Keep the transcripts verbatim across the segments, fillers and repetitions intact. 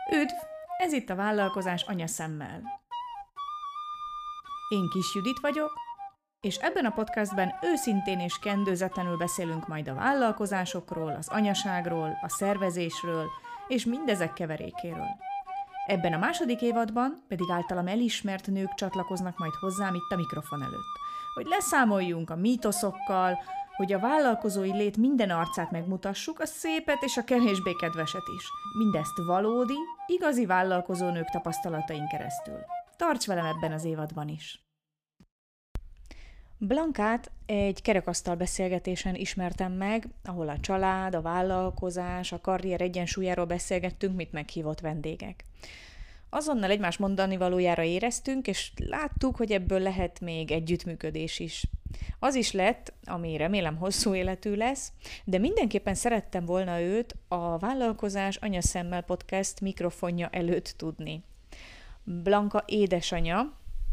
Üdv! Ez itt a Vállalkozás anyaszemmel. Én Kis Judit vagyok, és ebben a podcastben őszintén és kendőzetlenül beszélünk majd a vállalkozásokról, az anyaságról, a szervezésről és mindezek keverékéről. Ebben a második évadban pedig általam elismert nők csatlakoznak majd hozzám itt a mikrofon előtt, hogy leszámoljunk a mítoszokkal, hogy a vállalkozói lét minden arcát megmutassuk, a szépet és a kevésbé kedveset is. Mindezt valódi, igazi vállalkozónők tapasztalatain keresztül. Tarts velem ebben az évadban is! Blankát egy kerekasztal beszélgetésen ismertem meg, ahol a család, a vállalkozás, a karrier egyensúlyáról beszélgettünk, mint meghívott vendégek. Azonnal egymás mondani valójára éreztünk, és láttuk, hogy ebből lehet még együttműködés is. Az is lett, ami remélem hosszú életű lesz, de mindenképpen szerettem volna őt a Vállalkozás anyaszemmel podcast mikrofonja előtt tudni. Blanka édesanya,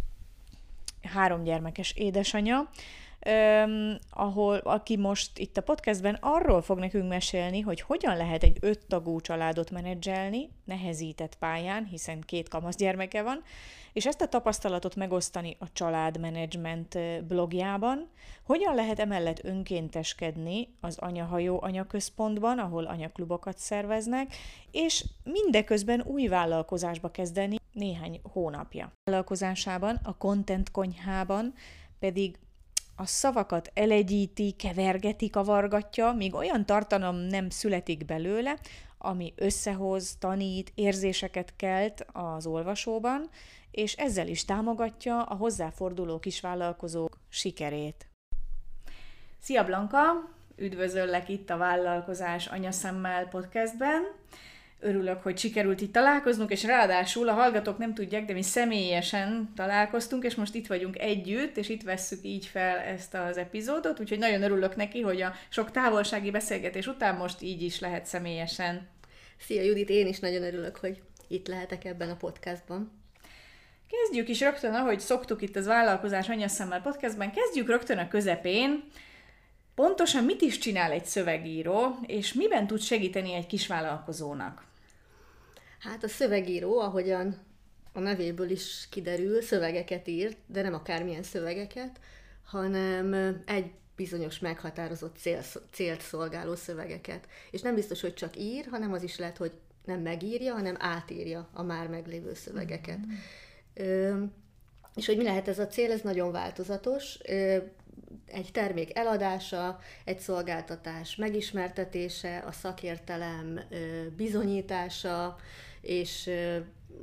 három gyermekes édesanya, öm, ahol, aki most itt a podcastben arról fog nekünk mesélni, hogy hogyan lehet egy öttagú családot menedzselni, nehezített pályán, hiszen két kamasz gyermeke van, és ezt a tapasztalatot megosztani a családmenedzsment blogjában, hogyan lehet emellett önkénteskedni az Anyahajó anyaközpontban, ahol anyaklubokat szerveznek, és mindeközben új vállalkozásba kezdeni néhány hónapja. Vállalkozásában, a Content Konyhában pedig a szavakat elegyíti, kevergeti, kavargatja, míg olyan tartalom nem születik belőle, ami összehoz, tanít, érzéseket kelt az olvasóban, és ezzel is támogatja a hozzáforduló kisvállalkozók sikerét. Szia Blanka! Üdvözöllek itt a Vállalkozás anyaszemmel podcastben. Örülök, hogy sikerült itt találkoznunk, és ráadásul a hallgatók nem tudják, de mi személyesen találkoztunk, és most itt vagyunk együtt, és itt vesszük így fel ezt az epizódot, úgyhogy nagyon örülök neki, hogy a sok távolsági beszélgetés után most így is lehet személyesen. Szia Judit, én is nagyon örülök, hogy itt lehetek ebben a podcastban. Kezdjük is rögtön, ahogy szoktuk itt az Vállalkozás anyaszemmel podcastben, kezdjük rögtön a közepén. Pontosan mit is csinál egy szövegíró, és miben tud segíteni egy kisvállalkozónak? Hát a szövegíró, ahogyan a nevéből is kiderül, szövegeket ír, de nem akármilyen szövegeket, hanem egy bizonyos meghatározott cél, célt szolgáló szövegeket. És nem biztos, hogy csak ír, hanem az is lehet, hogy nem megírja, hanem átírja a már meglévő szövegeket. Mm. Ö, és hogy mi lehet ez a cél, ez nagyon változatos. Ö, egy termék eladása, egy szolgáltatás megismertetése, a szakértelem ö, bizonyítása, és ö,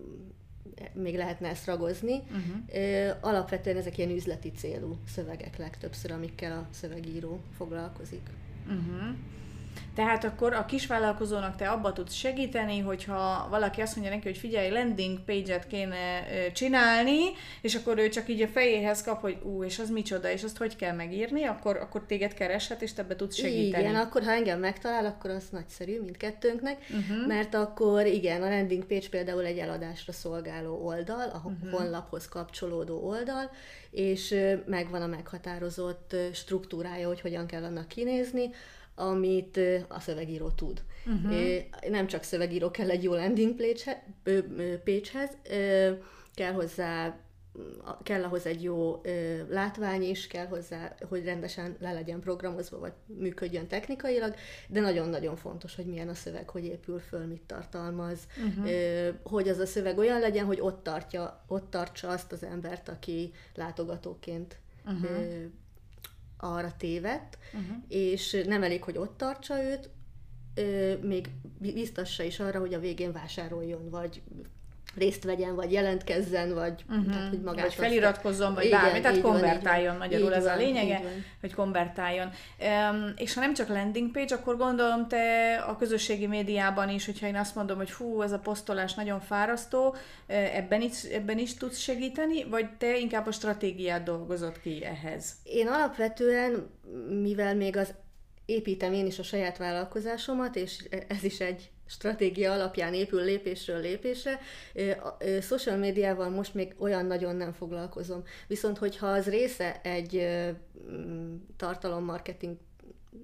még lehetne ezt ragozni. Uh-huh. Ö, alapvetően ezek ilyen üzleti célú szövegek legtöbbször, amikkel a szövegíró foglalkozik. Uh-huh. Tehát akkor a kisvállalkozónak te abba tudsz segíteni, hogyha valaki azt mondja neki, hogy figyelj, landing page-et kéne csinálni, és akkor ő csak így a fejéhez kap, hogy ú, és az micsoda, és azt hogy kell megírni, akkor, akkor téged kereshet, és te ebbe tudsz segíteni. Igen, akkor ha engem megtalál, akkor az nagyszerű mindkettőnknek, uh-huh. mert akkor igen, a landing page például egy eladásra szolgáló oldal, a uh-huh. honlaphoz kapcsolódó oldal, és megvan a meghatározott struktúrája, hogy hogyan kell annak kinézni, amit a szövegíró tud. Uh-huh. Nem csak szövegíró kell egy jó landing page-hez, kell hozzá, kell ahhoz egy jó látvány is, kell hozzá, hogy rendesen le legyen programozva, vagy működjön technikailag, de nagyon-nagyon fontos, hogy milyen a szöveg, hogy épül föl, mit tartalmaz, uh-huh. hogy az a szöveg olyan legyen, hogy ott, tartja, ott tartsa azt az embert, aki látogatóként uh-huh. arra tévedt, uh-huh. és nem elég, hogy ott tartsa őt, még biztassa is arra, hogy a végén vásároljon, vagy részt vegyen, vagy jelentkezzen, vagy, uh-huh. tehát, hogy magát vagy feliratkozzon, vagy igen, bármi, tehát konvertáljon, van, magyarul ez van, a lényege, hogy konvertáljon. Um, és ha nem csak landing page, akkor gondolom te a közösségi médiában is, hogyha én azt mondom, hogy fú, ez a posztolás nagyon fárasztó, ebben is, ebben is tudsz segíteni, vagy te inkább a stratégiát dolgozott ki ehhez? Én alapvetően, mivel még az építem én is a saját vállalkozásomat, és ez is egy stratégia alapján épül lépésről lépésre. A social médiával most még olyan nagyon nem foglalkozom. Viszont, hogyha az része egy tartalommarketing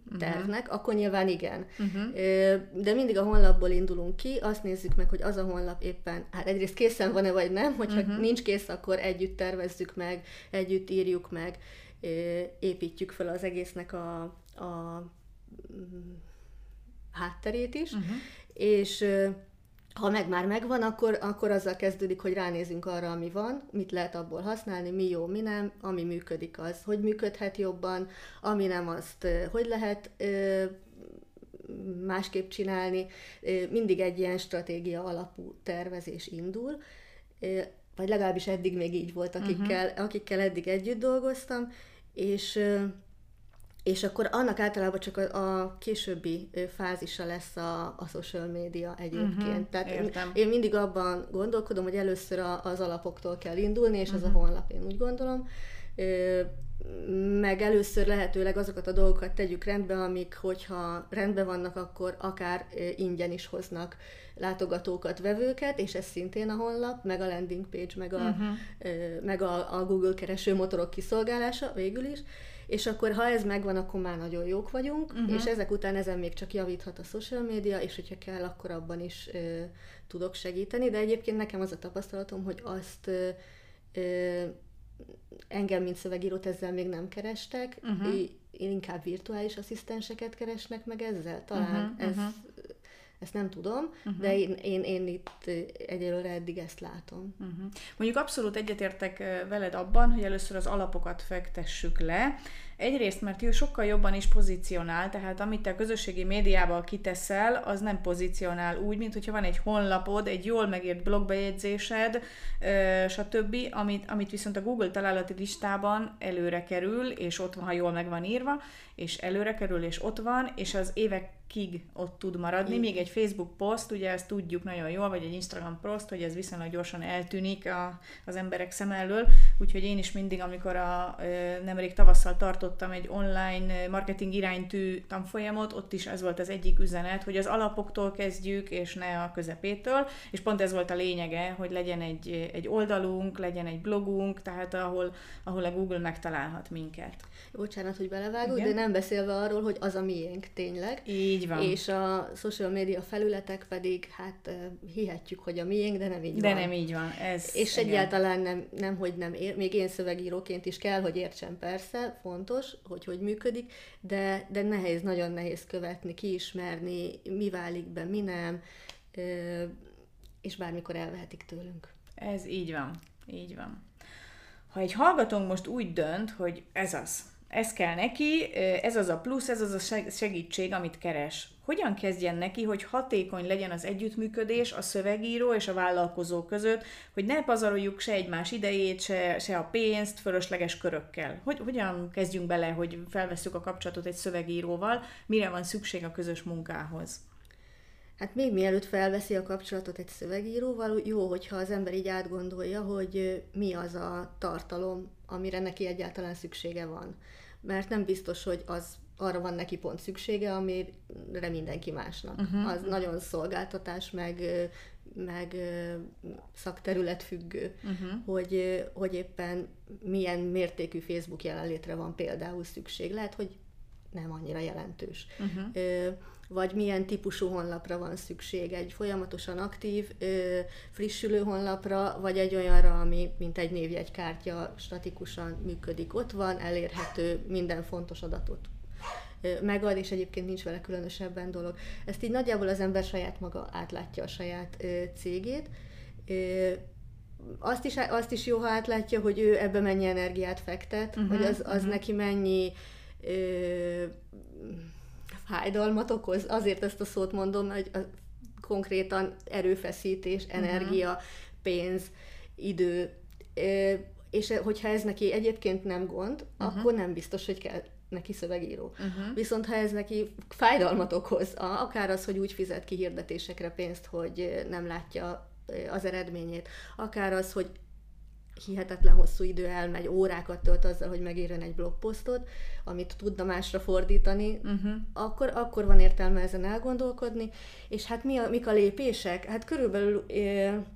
tervnek, uh-huh. akkor nyilván igen. Uh-huh. De mindig a honlapból indulunk ki, azt nézzük meg, hogy az a honlap éppen, hát egyrészt készen van-e vagy nem, hogyha uh-huh. nincs kész, akkor együtt tervezzük meg, együtt írjuk meg, építjük fel az egésznek a, a hátterét is, uh-huh. és ha meg már megvan, akkor, akkor azzal kezdődik, hogy ránézünk arra, ami van, mit lehet abból használni, mi jó, mi nem, ami működik az, hogy működhet jobban, ami nem, azt hogy lehet másképp csinálni. Mindig egy ilyen stratégia alapú tervezés indul, vagy legalábbis eddig még így volt, akikkel, uh-huh. akikkel eddig együtt dolgoztam, és... És akkor annak általában csak a, a későbbi fázisa lesz a, a social media egyébként. Uh-huh, Tehát értem. Én mindig abban gondolkodom, hogy először a, az alapoktól kell indulni, és uh-huh. az a honlap, én úgy gondolom. Meg először lehetőleg azokat a dolgokat tegyük rendbe, amik, hogyha rendben vannak, akkor akár ingyen is hoznak látogatókat, vevőket, és ez szintén a honlap, meg a landing page, meg a, uh-huh. meg a, a Google keresőmotorok kiszolgálása végül is. És akkor, ha ez megvan, akkor már nagyon jók vagyunk, uh-huh. és ezek után ezen még csak javíthat a social media, és hogyha kell, akkor abban is ö, tudok segíteni. De egyébként nekem az a tapasztalatom, hogy azt ö, ö, engem, mint szövegírót ezzel még nem kerestek, uh-huh. én inkább virtuális asszisztenseket keresnek meg ezzel, talán uh-huh. ez... Uh-huh. Ezt nem tudom, uh-huh. de én, én, én itt egyelőre eddig ezt látom. Uh-huh. Mondjuk abszolút egyetértek veled abban, hogy először az alapokat fektessük le. Egyrészt, mert ő sokkal jobban is pozícionál, tehát amit te a közösségi médiában kiteszel, az nem pozícionál úgy, mint hogyha van egy honlapod, egy jól megírt blogbejegyzésed, stb., amit, amit viszont a Google találati listában előre kerül, és ott van, ha jól meg van írva, és előre kerül, és ott van, és az évekig ott tud maradni, míg egy Facebook poszt, ugye ezt tudjuk nagyon jól, vagy egy Instagram poszt, hogy ez viszonylag gyorsan eltűnik a, az emberek szem elől, úgyhogy én is mindig, amikor a, nemrég tavasszal tartottam egy online marketing iránytű tanfolyamot, ott is ez volt az egyik üzenet, hogy az alapoktól kezdjük, és ne a közepétől, és pont ez volt a lényege, hogy legyen egy, egy oldalunk, legyen egy blogunk, tehát ahol, ahol a Google megtalálhat minket. Bocsánat, hogy belevágok, de nem beszélve arról, hogy az a miénk tényleg. Így van. És a social media felületek pedig, hát hihetjük, hogy a miénk, de nem így de van. De nem így van. Ez, és igen. Egyáltalán nem, nem, hogy nem ér, még én szövegíróként is kell, hogy értsem, persze, fontos, hogy hogy működik, de, de nehéz, nagyon nehéz követni, kiismerni, mi válik be, mi nem, és bármikor elvehetik tőlünk. Ez így van, így van. Ha egy hallgatónk most úgy dönt, hogy ez az, ez kell neki, ez az a plusz, ez az a segítség, amit keres. Hogyan kezdjen neki, hogy hatékony legyen az együttműködés a szövegíró és a vállalkozó között, hogy ne pazaroljuk se egymás idejét, se, se a pénzt fölösleges körökkel? Hogy, hogyan kezdjünk bele, hogy felvesszük a kapcsolatot egy szövegíróval, mire van szükség a közös munkához? Hát még mielőtt felveszi a kapcsolatot egy szövegíróval, jó, hogyha az ember így átgondolja, hogy mi az a tartalom, amire neki egyáltalán szüksége van. Mert nem biztos, hogy az arra van neki pont szüksége, amire mindenki másnak. Uh-huh. Az nagyon szolgáltatás, meg, meg szakterület függő, uh-huh. hogy, hogy éppen milyen mértékű Facebook jelenlétre van például szükség. Lehet, hogy nem annyira jelentős. Uh-huh. Vagy milyen típusú honlapra van szükség, egy folyamatosan aktív, frissülő honlapra, vagy egy olyanra, ami mint egy névjegykártya statikusan működik, ott van, elérhető, minden fontos adatot megad, és egyébként nincs vele különösebben dolog. Ezt így nagyjából az ember saját maga átlátja a saját cégét. Azt is, azt is jó, ha átlátja, hogy ő ebbe mennyi energiát fektet, uh-huh, hogy az, az uh-huh. neki mennyi ö, fájdalmat okoz. Azért ezt a szót mondom, hogy a, konkrétan erőfeszítés, energia, uh-huh. pénz, idő. Ö, és hogyha ez neki egyébként nem gond, uh-huh. akkor nem biztos, hogy kell neki szövegíró. Uh-huh. Viszont ha ez neki fájdalmat okoz, akár az, hogy úgy fizet ki hirdetésekre pénzt, hogy nem látja az eredményét, akár az, hogy hihetetlen hosszú idő elmegy, órákat tölt azzal, hogy megírjon egy blogposztot, amit tudna másra fordítani, uh-huh. akkor, akkor van értelme ezen elgondolkodni. És hát mi a, mik a lépések? Hát körülbelül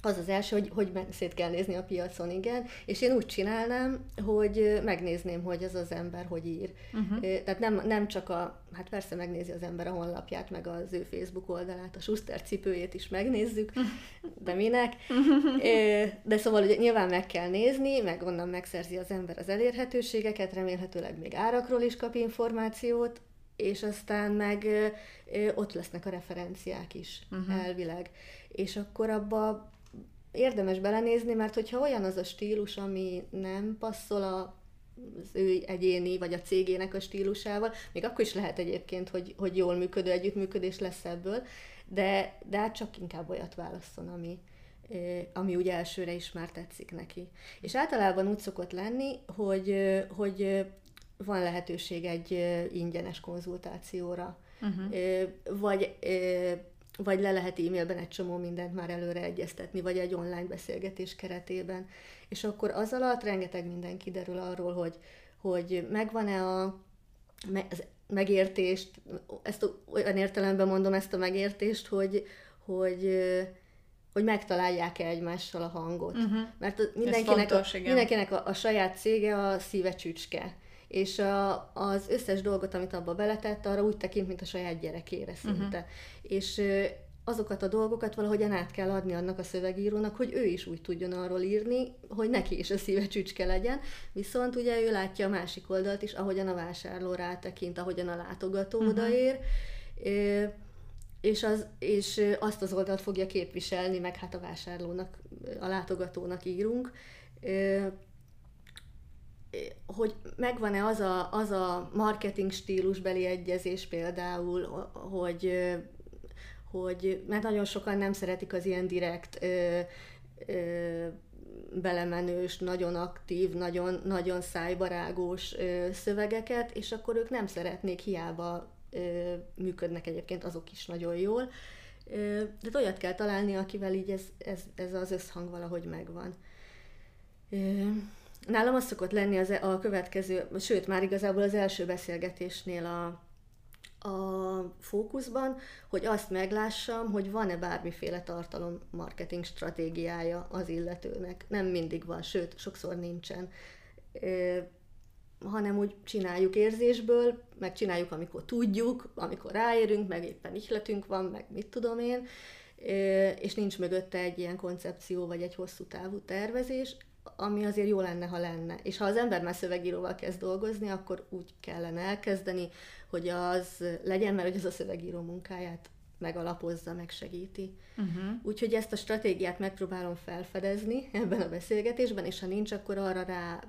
Az az első, hogy, hogy szét kell nézni a piacon, igen, és én úgy csinálnám, hogy megnézném, hogy az az ember hogy ír. Uh-huh. Tehát nem, nem csak a, hát persze megnézi az ember a honlapját, meg az ő Facebook oldalát, a Schuster cipőjét is megnézzük, de minek. De szóval ugye nyilván meg kell nézni, meg onnan megszerzi az ember az elérhetőségeket, remélhetőleg még árakról is kap információt, és aztán meg ott lesznek a referenciák is, uh-huh. elvileg. És akkor abba érdemes belenézni, mert hogyha olyan az a stílus, ami nem passzol az ő egyéni, vagy a cégének a stílusával, még akkor is lehet egyébként, hogy, hogy jól működő együttműködés lesz ebből, de, de hát csak inkább olyat válasszon, ami, ami úgy elsőre is már tetszik neki. És általában úgy szokott lenni, hogy, hogy van lehetőség egy ingyenes konzultációra, uh-huh. vagy vagy le lehet e-mailben egy csomó mindent már előre egyeztetni, vagy egy online beszélgetés keretében. És akkor az alatt rengeteg minden kiderül arról, hogy, hogy megvan-e a az megértést, ezt olyan értelemben mondom ezt a megértést, hogy, hogy, hogy megtalálják-e egymással a hangot. Uh-huh. Mert mindenkinek, fontos, a, mindenkinek a, a saját cége a szíve csücske. És a, az összes dolgot, amit abba beletett, arra úgy tekint, mint a saját gyerekére szinte. Uh-huh. És azokat a dolgokat valahogyan át kell adni annak a szövegírónak, hogy ő is úgy tudjon arról írni, hogy neki is a szíve csücske legyen, viszont ugye ő látja a másik oldalt is, ahogyan a vásárló rátekint, ahogyan a látogató uh-huh. odaér, és, az, és azt az oldalt fogja képviselni, meg hát a vásárlónak, a látogatónak írunk, hogy megvan-e az a, az a marketing stílusbeli egyezés például, hogy, hogy mert nagyon sokan nem szeretik az ilyen direkt ö, ö, belemenős, nagyon aktív, nagyon, nagyon szájbarágós ö, szövegeket, és akkor ők nem szeretnék, hiába ö, működnek egyébként azok is nagyon jól. Ö, de olyat kell találni, akivel így ez, ez, ez az összhang valahogy megvan. Ö, Nálam az szokott lenni az, a következő, sőt, már igazából az első beszélgetésnél a, a fókuszban, hogy azt meglássam, hogy van-e bármiféle tartalom-marketing stratégiája az illetőnek. Nem mindig van, sőt, sokszor nincsen. Ö, hanem úgy csináljuk érzésből, meg csináljuk, amikor tudjuk, amikor ráérünk, meg éppen ihletünk van, meg mit tudom én, ö, és nincs mögötte egy ilyen koncepció, vagy egy hosszú távú tervezés, ami azért jó lenne, ha lenne. És ha az ember már szövegíróval kezd dolgozni, akkor úgy kellene elkezdeni, hogy az legyen, mert hogy az a szövegíró munkáját megalapozza, megsegíti. Uh-huh. Úgyhogy ezt a stratégiát megpróbálom felfedezni ebben a beszélgetésben, és ha nincs, akkor arra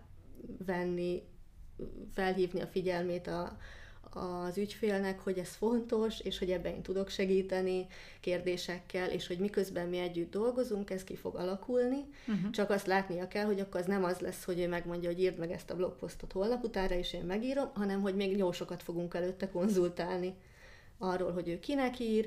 rávenni, felhívni a figyelmét a, az ügyfélnek, hogy ez fontos, és hogy ebben én tudok segíteni kérdésekkel, és hogy miközben mi együtt dolgozunk, ez ki fog alakulni. Uh-huh. Csak azt látnia kell, hogy akkor az nem az lesz, hogy ő megmondja, hogy írd meg ezt a blogposztot holnap utára, és én megírom, hanem hogy még jó sokat fogunk előtte konzultálni arról, hogy ő kinek ír,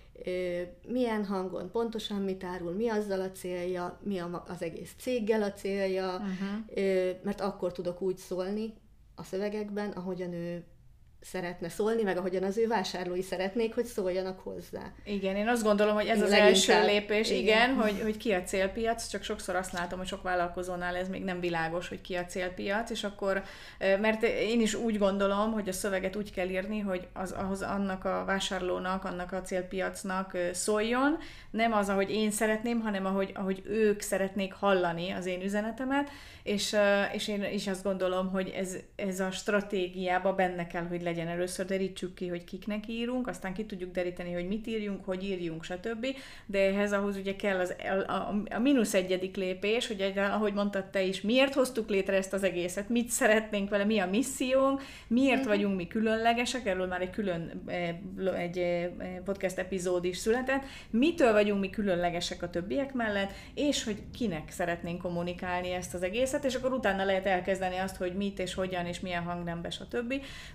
milyen hangon, pontosan mit árul, mi azzal a célja, mi az egész céggel a célja, uh-huh. mert akkor tudok úgy szólni a szövegekben, ahogyan ő szeretne szólni, meg ahogyan az ő vásárlói szeretnék, hogy szóljanak hozzá. Igen, én azt gondolom, hogy ez én az első lépés, igen, igen hogy, hogy ki a célpiac, csak sokszor azt látom, hogy sok vállalkozónál ez még nem világos, hogy ki a célpiac, és akkor, mert én is úgy gondolom, hogy a szöveget úgy kell írni, hogy az, ahhoz annak a vásárlónak, annak a célpiacnak szóljon, nem az, ahogy én szeretném, hanem ahogy, ahogy ők szeretnék hallani az én üzenetemet, és, és én is azt gondolom, hogy ez, ez a stratégiában benne kell, hogy legyen. Először derítsük ki, hogy kiknek írunk, aztán ki tudjuk deríteni, hogy mit írjunk, hogy írjunk, stb. De ehhez ahhoz ugye kell az, a, a, a mínusz egyedik lépés, hogy egy, ahogy mondtad te is, miért hoztuk létre ezt az egészet, mit szeretnénk vele, mi a missziónk, miért mm-hmm. vagyunk mi különlegesek, erről már egy külön egy podcast epizód is született, mitől vagyunk mi különlegesek a többiek mellett, és hogy kinek szeretnénk kommunikálni ezt az egészet, és akkor utána lehet elkezdeni azt, hogy mit és hogyan és milyen hangnembe, stb. Úgyhogy én is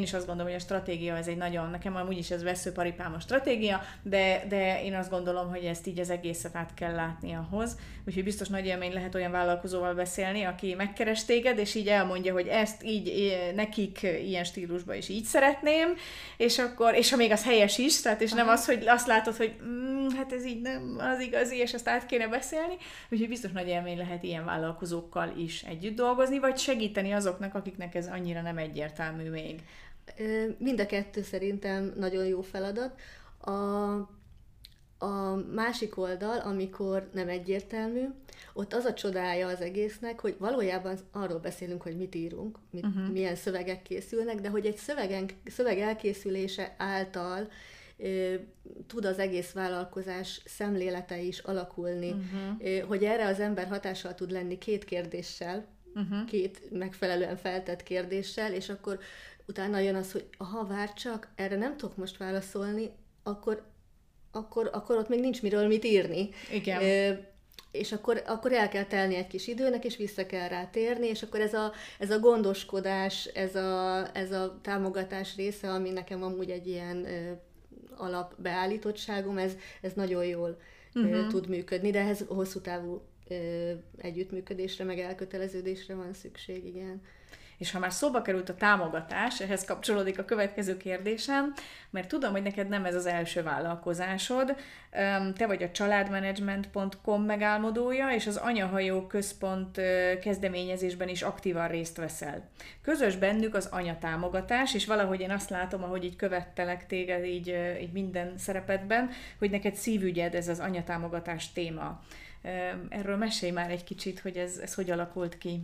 is azt gondolom, hogy a stratégia ez egy nagyon, nekem amúgy is ez veszőparipám a stratégia, de, de én azt gondolom, hogy ezt így az egészet át kell látni ahhoz. Úgyhogy biztos nagy élmény lehet olyan vállalkozóval beszélni, aki megkeres téged, és így elmondja, hogy ezt így nekik ilyen stílusban is így szeretném, és akkor, és ha még az helyes is, tehát és nem az, hogy azt látod, hogy mm, hát ez így nem az igazi, és ezt át kéne beszélni, úgyhogy biztos nagy élmény lehet ilyen vállalkozókkal is együtt dolgozni, vagy segíteni azoknak, akiknek ez annyira nem egyértelmű még. Mind a kettő szerintem nagyon jó feladat. A, a másik oldal, amikor nem egyértelmű, ott az a csodája az egésznek, hogy valójában arról beszélünk, hogy mit írunk, mit, uh-huh. milyen szövegek készülnek, de hogy egy szövegen, szöveg elkészülése által ö, tud az egész vállalkozás szemlélete is alakulni, uh-huh. ö, hogy erre az ember hatással tud lenni két kérdéssel, uh-huh. két megfelelően feltett kérdéssel, és akkor utána jön az, hogy ha vár csak, erre nem tudok most válaszolni, akkor, akkor, akkor ott még nincs miről mit írni. Igen. Ö, és akkor, akkor el kell telni egy kis időnek, és vissza kell rá térni, és akkor ez a, ez a gondoskodás, ez a, ez a támogatás része, ami nekem amúgy egy ilyen ö, alapbeállítottságom, ez, ez nagyon jól uh-huh. ö, tud működni, de ehhez hosszú távú ö, együttműködésre, meg elköteleződésre van szükség, igen. És ha már szóba került a támogatás, ehhez kapcsolódik a következő kérdésem, mert tudom, hogy neked nem ez az első vállalkozásod. Te vagy a családmanagement pont com megálmodója, és az Anyahajó Központ kezdeményezésben is aktívan részt veszel. Közös bennük az anyatámogatás, és valahogy én azt látom, ahogy így követtelek téged így, így minden szerepedben, hogy neked szívügyed ez az anyatámogatás téma. Erről mesélj már egy kicsit, hogy ez, ez hogy alakult ki.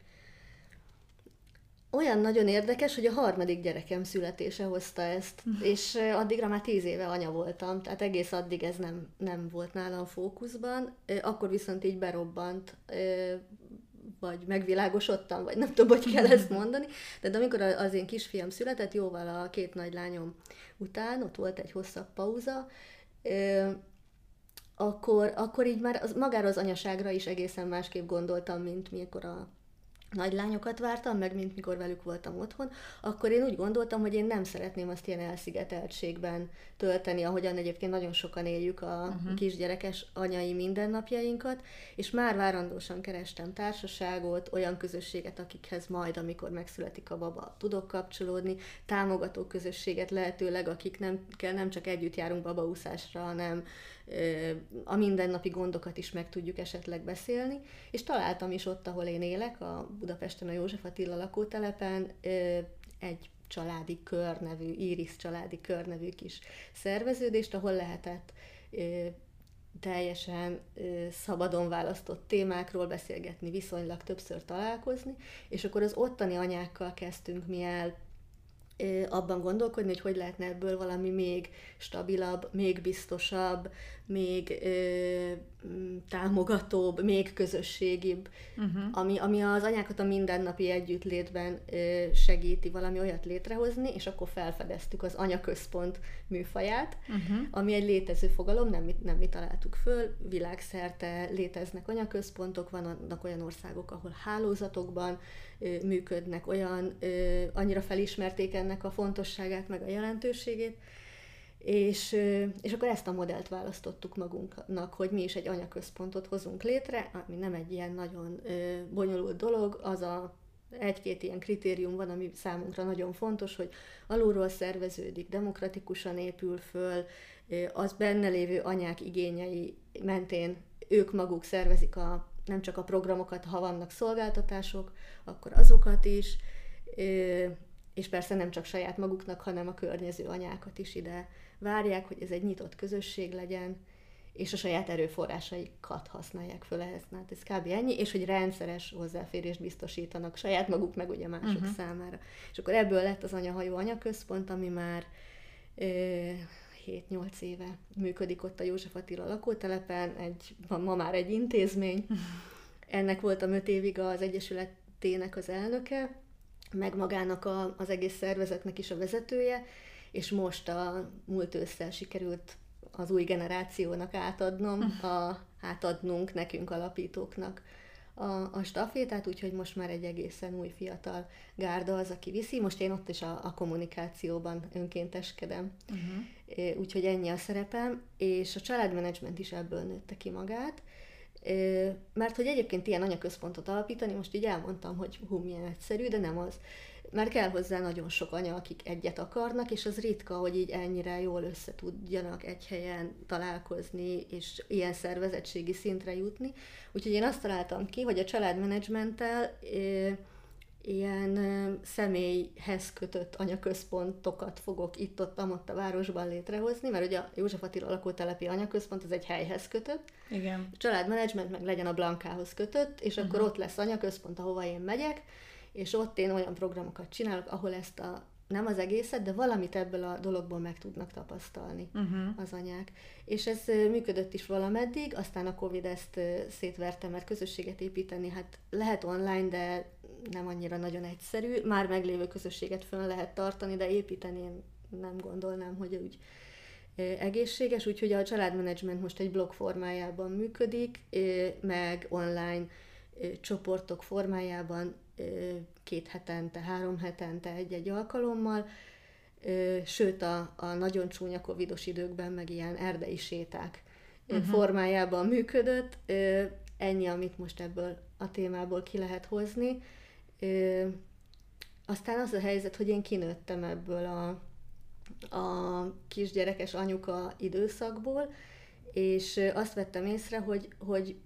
Olyan nagyon érdekes, hogy a harmadik gyerekem születése hozta ezt, uh-huh. és addigra már tíz éve anya voltam, tehát egész addig ez nem, nem volt nálam fókuszban, akkor viszont így berobbant, vagy megvilágosodtam, vagy nem tudom, hogy kell ezt mondani, de amikor az én kisfiam született, jóval a két nagylányom után, ott volt egy hosszabb pauza, akkor, akkor így már az, magára az anyaságra is egészen másképp gondoltam, mint mikor a nagylányokat vártam, meg mint mikor velük voltam otthon, akkor én úgy gondoltam, hogy én nem szeretném azt ilyen elszigeteltségben tölteni, ahogyan egyébként nagyon sokan éljük a uh-huh. kisgyerekes anyai mindennapjainkat, és már várandósan kerestem társaságot, olyan közösséget, akikhez majd, amikor megszületik a baba, tudok kapcsolódni, támogató közösséget lehetőleg, akik nem, kell, nem csak együtt járunk babaúszásra, hanem a mindennapi gondokat is meg tudjuk esetleg beszélni, és találtam is ott, ahol én élek, a Budapesten a József Attila lakótelepen egy családi kör nevű, Iris családi kör nevű kis szerveződést, ahol lehetett teljesen szabadon választott témákról beszélgetni, viszonylag többször találkozni, és akkor az ottani anyákkal kezdtünk mi el abban gondolkodni, hogy hogy lehetne ebből valami még stabilabb, még biztosabb, még ö, támogatóbb, még közösségibb, uh-huh. ami, ami az anyákat a mindennapi együttlétben ö, segíti valami olyat létrehozni, és akkor felfedeztük az anyaközpont műfaját, uh-huh. ami egy létező fogalom, nem mi, nem mi találtuk föl, világszerte léteznek anyaközpontok, vannak olyan országok, ahol hálózatokban ö, működnek, olyan ö, annyira felismerték ennek a fontosságát, meg a jelentőségét, És, és akkor ezt a modellt választottuk magunknak, hogy mi is egy anyaközpontot hozunk létre, ami nem egy ilyen nagyon bonyolult dolog, az a egy-két ilyen kritérium van, ami számunkra nagyon fontos, hogy alulról szerveződik, demokratikusan épül föl, az benne lévő anyák igényei mentén ők maguk szervezik a, nem csak a programokat, ha vannak szolgáltatások, akkor azokat is, és persze nem csak saját maguknak, hanem a környező anyákat is ide várják, hogy ez egy nyitott közösség legyen, és a saját erőforrásaikat használják föl ehhez. Hát ez kb. Ennyi, és hogy rendszeres hozzáférést biztosítanak saját maguk, meg ugye mások uh-huh. számára. És akkor ebből lett az Anyahajó Anyaközpont, ami már ö, hét-nyolc éve működik ott a József Attila lakótelepen, egy, ma, ma már egy intézmény. Uh-huh. Ennek voltam öt évig az egyesületének az elnöke, meg magának a, az egész szervezetnek is a vezetője, és most a múlt ősszel sikerült az új generációnak átadnom, a, átadnunk nekünk alapítóknak a, a stafétát, úgyhogy most már egy egészen új fiatal gárda az, aki viszi. Most én ott is a, a kommunikációban önkénteskedem. Uh-huh. Úgyhogy ennyi a szerepem, és a családmenedzsment is ebből nőtte ki magát. Mert hogy egyébként ilyen anyaközpontot alapítani, most így elmondtam, hogy hú, milyen egyszerű, de nem az. Mert kell hozzá nagyon sok anya, akik egyet akarnak, és az ritka, hogy így ennyire jól összetudjanak egy helyen találkozni, és ilyen szervezettségi szintre jutni. Úgyhogy én azt találtam ki, hogy a családmenedzsmenttel ilyen személyhez kötött anyaközpontokat fogok itt-ott, amott a városban létrehozni, mert ugye a József Attila lakótelepi anyaközpont az egy helyhez kötött. Igen. A családmenedzsment meg legyen a Blankához kötött, és akkor uh-huh. ott lesz anyaközpont, ahova én megyek, és ott én olyan programokat csinálok, ahol ezt a, nem az egészet, de valamit ebből a dologból meg tudnak tapasztalni uh-huh. az anyák. És ez működött is valameddig, aztán a Covid ezt szétverte, mert közösséget építeni, hát lehet online, de nem annyira nagyon egyszerű. Már meglévő közösséget fönn lehet tartani, de építeni én nem gondolnám, hogy úgy egészséges, úgyhogy a családmenedzsment most egy blog formájában működik, meg online csoportok formájában két hetente, három hetente egy-egy alkalommal, sőt a, a nagyon csúnya covidos időkben meg ilyen erdei séták uh-huh. formájában működött. Ennyi, amit most ebből a témából ki lehet hozni. Aztán az a helyzet, hogy én kinőttem ebből a, a kisgyerekes anyuka időszakból, és azt vettem észre, hogy, hogy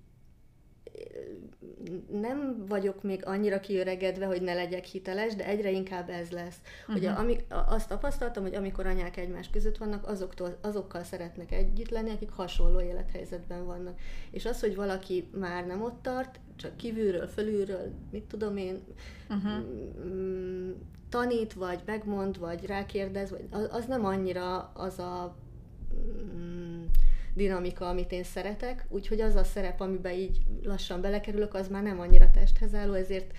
nem vagyok még annyira kiöregedve, hogy ne legyek hiteles, de egyre inkább ez lesz. Uh-huh. Hogy amik, azt tapasztaltam, hogy amikor anyák egymás között vannak, azoktól, azokkal szeretnek együtt lenni, akik hasonló élethelyzetben vannak. És az, hogy valaki már nem ott tart, csak kívülről, fölülről, mit tudom én, uh-huh. m- tanít, vagy megmond, vagy rákérdez, vagy az, az nem annyira az a m- dinamika, amit én szeretek, úgyhogy az a szerep, amiben így lassan belekerülök, az már nem annyira testhez álló, ezért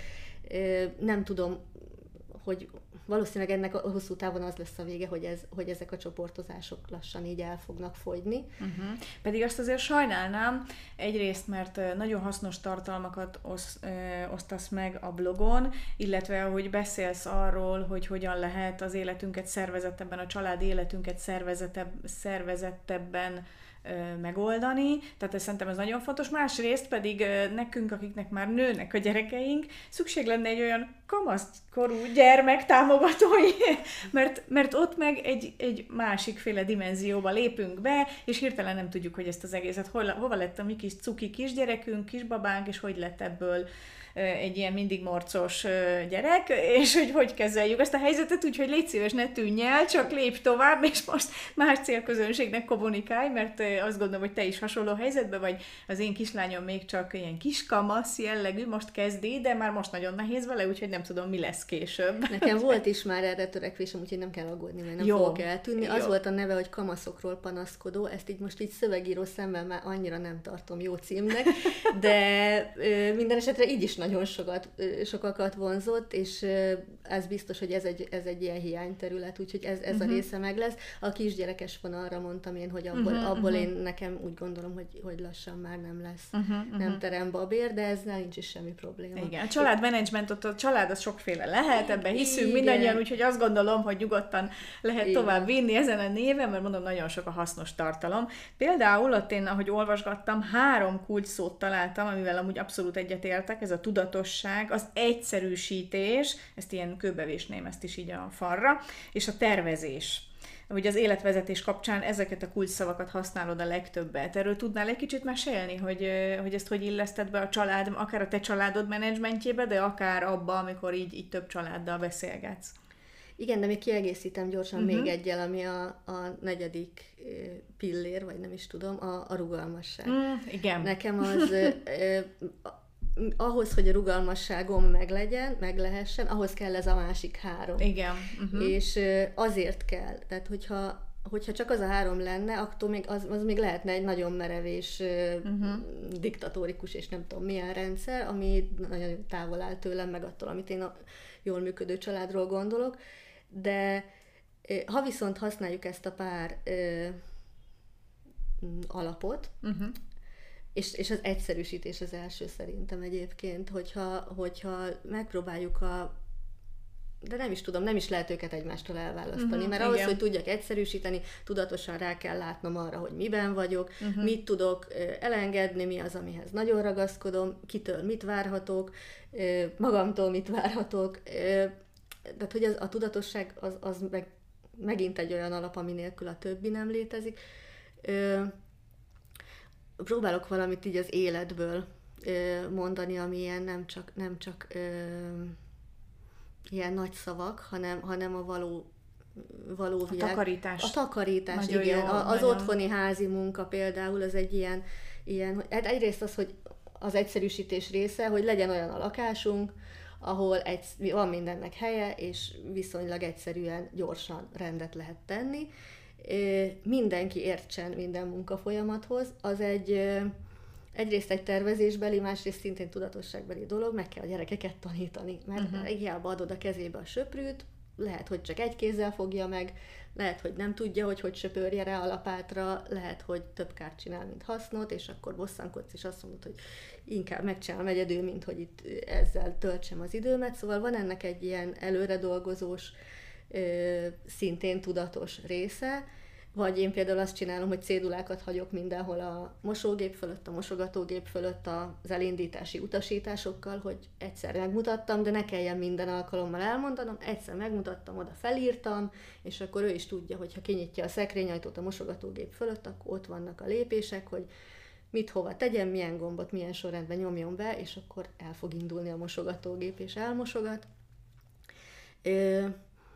nem tudom, hogy valószínűleg ennek a hosszú távon az lesz a vége, hogy, ez, hogy ezek a csoportozások lassan így el fognak fogyni. Uh-huh. Pedig azt azért sajnálnám, egyrészt, mert nagyon hasznos tartalmakat osz, ö, osztasz meg a blogon, illetve ahogy beszélsz arról, hogy hogyan lehet az életünket szervezettebben, a család életünket szervezettebb, szervezettebben megoldani, tehát ez szerintem ez nagyon fontos. Másrészt pedig nekünk, akiknek már nőnek a gyerekeink, szükség lenne egy olyan kamaszkorú gyermek támogatói, mert, mert ott meg egy, egy másikféle dimenzióba lépünk be, és hirtelen nem tudjuk, hogy ezt az egészet, hol, hova lett a mi kis cuki kisgyerekünk, kisbabánk, és hogy lett ebből egy ilyen mindig morcos gyerek, és hogy hogy kezeljük ezt a helyzetet, úgyhogy légy szíves, ne tűnj el, csak lépj tovább, és most más célközönségnek kommunikálj, mert azt gondolom, hogy te is hasonló helyzetben vagy, az én kislányom még csak ilyen kiskamasz jellegű, most kezdi, de már most nagyon nehéz vele, úgyhogy nem tudom, mi lesz később. Nekem volt is már erre törekvésem, úgyhogy nem kell aggódni, mert nem Jó. fogok eltűnni. Az Jó. volt a neve, hogy kamaszokról panaszkodó, ezt így most így szövegíró szemben már annyira nem tartom jó címnek, de ö, minden esetre így is nagyon sokat, sokakat vonzott, és ez biztos, hogy ez egy, ez egy ilyen hiányterület, úgyhogy ez, ez uh-huh. a része meg lesz. A kisgyerekes vonalra mondtam én, hogy abból, uh-huh, abból uh-huh. én nekem úgy gondolom, hogy, hogy lassan már nem lesz uh-huh, uh-huh. nem terem babér, de ezzel nincs is semmi probléma. Igen, a családmenedzsment, ott a család az sokféle lehet, ebben hiszünk Igen. mindannyian, úgyhogy azt gondolom, hogy nyugodtan lehet Igen. tovább vinni ezen a néven, mert mondom, nagyon sok a hasznos tartalom. Például ott én, ahogy olvasgattam, három kulcsszót találtam, amivel amúgy abszolút egyetértek, ez a tudatosság, az egyszerűsítés, ezt ilyen kőbevésném ezt is így a falra, és a tervezés. Hogy az életvezetés kapcsán ezeket a kulcsszavakat használod a legtöbbet. Erről tudnál egy kicsit mesélni, hogy, hogy ezt hogy illeszted be a család, akár a te családod menedzsmentjébe, de akár abba, amikor így, így több családdal beszélgetsz? Igen, de még kiegészítem gyorsan uh-huh. még egyel, ami a, a negyedik pillér, vagy nem is tudom, a, a rugalmasság. Mm, igen. Nekem az... ahhoz, hogy a rugalmasságom meglegyen, meg lehessen, ahhoz kell ez a másik három. Igen. Uh-huh. És azért kell. Tehát, hogyha, hogyha csak az a három lenne, akkor még az, az még lehetne egy nagyon merev és uh-huh. diktatórikus, és nem tudom milyen rendszer, ami nagyon távol áll tőlem, meg attól, amit én a jól működő családról gondolok. De ha viszont használjuk ezt a pár ö, alapot, uh-huh. és, és az egyszerűsítés az első szerintem egyébként, hogyha, hogyha megpróbáljuk a de nem is tudom, nem is lehet őket egymástól elválasztani, uh-huh, mert ahhoz, igen. hogy tudjak egyszerűsíteni, tudatosan rá kell látnom arra, hogy miben vagyok, uh-huh. mit tudok elengedni, mi az, amihez nagyon ragaszkodom, kitől mit várhatok, magamtól mit várhatok. Tehát, hogy az, a tudatosság az, az meg, megint egy olyan alap, ami nélkül a többi nem létezik. Próbálok valamit így az életből mondani, ami ilyen nem csak, nem csak ilyen nagy szavak, hanem, hanem a való, való világ. A takarítás. A takarítás, nagyon igen. Jó, a, az nagyon... otthoni házi munka például, az egy ilyen, ilyen, hát egyrészt az, hogy az egyszerűsítés része, hogy legyen olyan a lakásunk, ahol egy, van mindennek helye, és viszonylag egyszerűen, gyorsan rendet lehet tenni. Mindenki értsen minden munkafolyamathoz, az egy... Egyrészt egy tervezésbeli, másrészt szintén tudatosságbeli dolog, meg kell a gyerekeket tanítani, mert uh-huh. hiába adod a kezébe a söprűt, lehet, hogy csak egy kézzel fogja meg, lehet, hogy nem tudja, hogy hogy söpörje rá a lapátra, lehet, hogy több kárt csinál, mint hasznot, és akkor bosszankodsz, és azt mondod, hogy inkább megcsinálom egyedül, mint hogy itt ezzel töltsem az időmet. Szóval van ennek egy ilyen előre dolgozós, szintén tudatos része, vagy én például azt csinálom, hogy cédulákat hagyok mindenhol a mosógép fölött, a mosogatógép fölött az elindítási utasításokkal, hogy egyszer megmutattam, de ne kelljen minden alkalommal elmondanom, egyszer megmutattam, oda felírtam, és akkor ő is tudja, hogy ha kinyitja a szekrényajtót a mosogatógép fölött, akkor ott vannak a lépések, hogy mit hova tegyen, milyen gombot, milyen sorrendben nyomjon be, és akkor el fog indulni a mosogatógép, és elmosogat. Ö-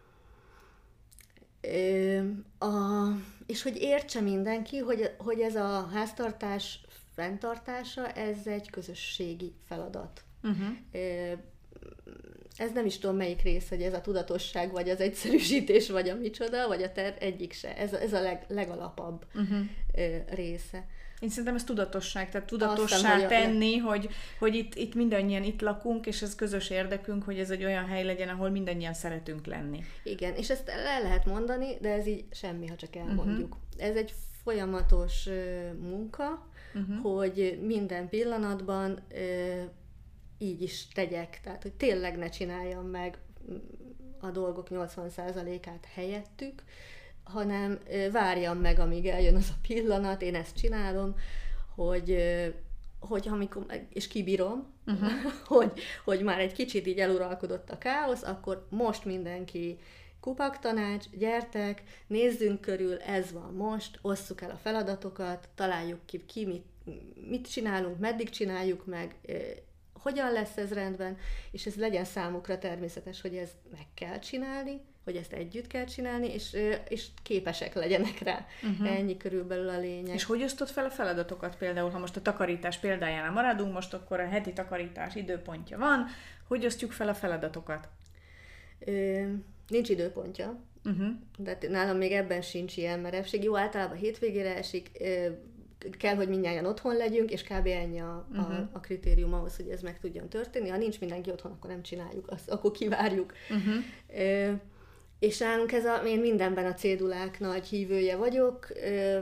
A, és hogy értse mindenki, hogy, hogy ez a háztartás fenntartása, ez egy közösségi feladat. Uh-huh. Ez nem is tudom melyik rész, hogy ez a tudatosság, vagy az egyszerűsítés, vagy a micsoda, vagy a ter, egyik se. Ez, ez a leg, legalapabb uh-huh. része. Én szerintem ez tudatosság, tehát tudatossá Aztán, tenni, hogy, hogy, hogy itt, itt mindannyian itt lakunk, és ez közös érdekünk, hogy ez egy olyan hely legyen, ahol mindannyian szeretünk lenni. Igen, és ezt le lehet mondani, de ez így semmi, ha csak elmondjuk. Uh-huh. Ez egy folyamatos uh, munka, uh-huh. hogy minden pillanatban uh, így is tegyek, tehát hogy tényleg ne csináljam meg a dolgok nyolcvan százalékát helyettük, hanem várjam meg, amíg eljön az a pillanat, én ezt csinálom, hogy, hogy amikor, és kibírom, uh-huh. hogy, hogy már egy kicsit így eluralkodott a káosz, akkor most mindenki kupaktanács, gyertek, nézzünk körül, ez van most, osszuk el a feladatokat, találjuk ki, ki mit, mit csinálunk, meddig csináljuk meg, hogyan lesz ez rendben, és ez legyen számukra természetes, hogy ezt meg kell csinálni, hogy ezt együtt kell csinálni, és, és képesek legyenek rá. Uh-huh. Ennyi körülbelül a lényeg. És hogy osztod fel a feladatokat például, ha most a takarítás példájánál maradunk, most akkor a heti takarítás időpontja van, hogy osztjuk fel a feladatokat? Ö, nincs időpontja, uh-huh. de nálam még ebben sincs ilyen merevség. Jó, általában hétvégére esik, ö, kell, hogy mindnyájan otthon legyünk, és kb. Ennyi a, uh-huh. a, a kritérium ahhoz, hogy ez meg tudjon történni. Ha nincs mindenki otthon, akkor nem csináljuk azt, akkor kivárjuk. Uh-huh. Ö, és nálunk ez a, én mindenben a cédulák nagy hívője vagyok, ö,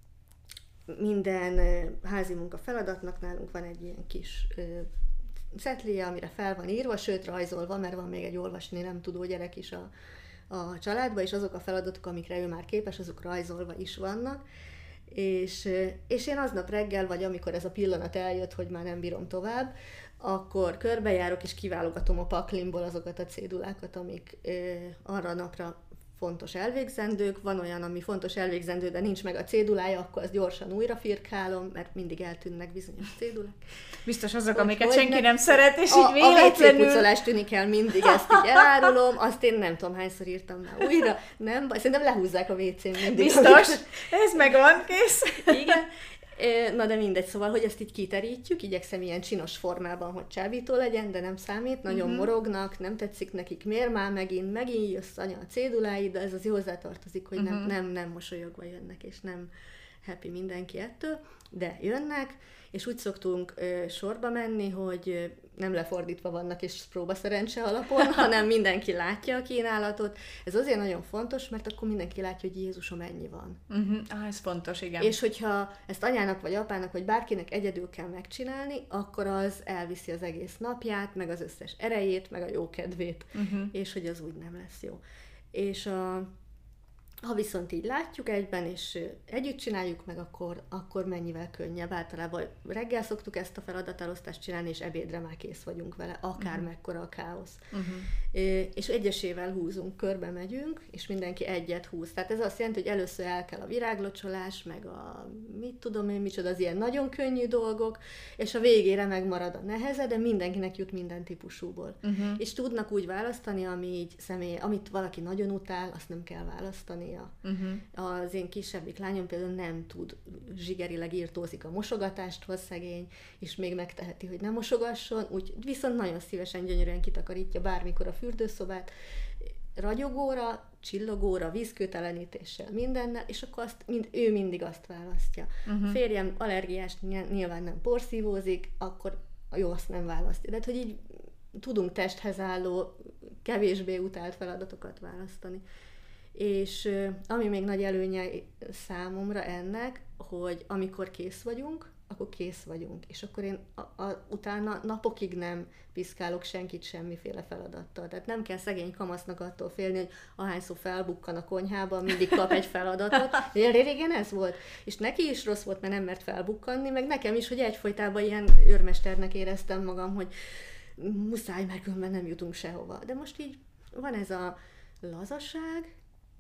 minden házi munka feladatnak nálunk van egy ilyen kis ö, cetléje, amire fel van írva, sőt rajzolva, mert van még egy olvasni nem tudó gyerek is a, a családban, és azok a feladatok, amikre ő már képes, azok rajzolva is vannak. És, és én aznap reggel, vagy amikor ez a pillanat eljött, hogy már nem bírom tovább, akkor körbejárok és kiválogatom a paklimból azokat a cédulákat, amik ö, arra a napra fontos elvégzendők. Van olyan, ami fontos elvégzendő, de nincs meg a cédulája, akkor azt gyorsan újra firkálom, mert mindig eltűnnek bizonyos cédulák. Biztos azok, hogy, amiket senki ne... nem szeret, és a, így véletlenül... A vé cé pucolás tűnik el mindig, ezt így elárulom, azt én nem tudom, hányszor írtam már újra, nem, szerintem lehúzzák a vé cén mindig. Biztos, amikor... ez megvan, kész. Igen. Na de mindegy, szóval, hogy ezt így kiterítjük, igyekszem ilyen csinos formában, hogy csábító legyen, de nem számít, nagyon uh-huh. morognak, nem tetszik nekik, miért már megint, megint jössz anya a céduláid, de ez az hozzátartozik, hogy uh-huh. nem, nem, nem mosolyogva jönnek, és nem, happy mindenki ettől, de jönnek, és úgy szoktunk ö, sorba menni, hogy ö, nem lefordítva vannak és próba szerencse alapon, hanem mindenki látja a kínálatot. Ez azért nagyon fontos, mert akkor mindenki látja, hogy Jézusom ennyi van. Uh-huh. Ah, ez fontos, igen. És hogyha ezt anyának, vagy apának, vagy bárkinek egyedül kell megcsinálni, akkor az elviszi az egész napját, meg az összes erejét, meg a jókedvét, uh-huh. és hogy az úgy nem lesz jó. És a Ha viszont így látjuk egyben, és együtt csináljuk meg, akkor, akkor mennyivel könnyebb. Általában reggel szoktuk ezt a feladatelosztást csinálni, és ebédre már kész vagyunk vele, akár uh-huh. mekkora a káosz. Uh-huh. És egyesével húzunk, körbe megyünk, és mindenki egyet húz. Tehát ez azt jelenti, hogy először el kell a viráglocsolás, meg a mit tudom én, micsoda, az ilyen nagyon könnyű dolgok, és a végére megmarad a neheze, de mindenkinek jut minden típusúból. Uh-huh. És tudnak úgy választani, ami így személy, amit valaki nagyon utál, azt nem kell választani. Uh-huh. Az én kisebbik lányom például nem tud, zsigerileg írtózik a mosogatástól szegény, és még megteheti, hogy nem mosogasson, úgy viszont nagyon szívesen, gyönyörűen kitakarítja bármikor a fürdőszobát, ragyogóra, csillogóra, vízkőtelenítéssel, mindennel, és akkor azt, mind, ő mindig azt választja. Uh-huh. A férjem allergiás, nyilván nem porszívózik, akkor jó, azt nem választja. De hogy így tudunk testhez álló, kevésbé utált feladatokat választani. És ami még nagy előnye számomra ennek, hogy amikor kész vagyunk, akkor kész vagyunk. És akkor én a, a, utána napokig nem piszkálok senkit semmiféle feladattal. Tehát nem kell szegény kamasznak attól félni, hogy ahányszor felbukkan a konyhában, mindig kap egy feladatot. Régen ez volt. És neki is rossz volt, mert nem mert felbukkanni, meg nekem is, hogy egyfolytában ilyen őrmesternek éreztem magam, hogy muszáj, mert különben nem jutunk sehova. De most így van ez a lazaság,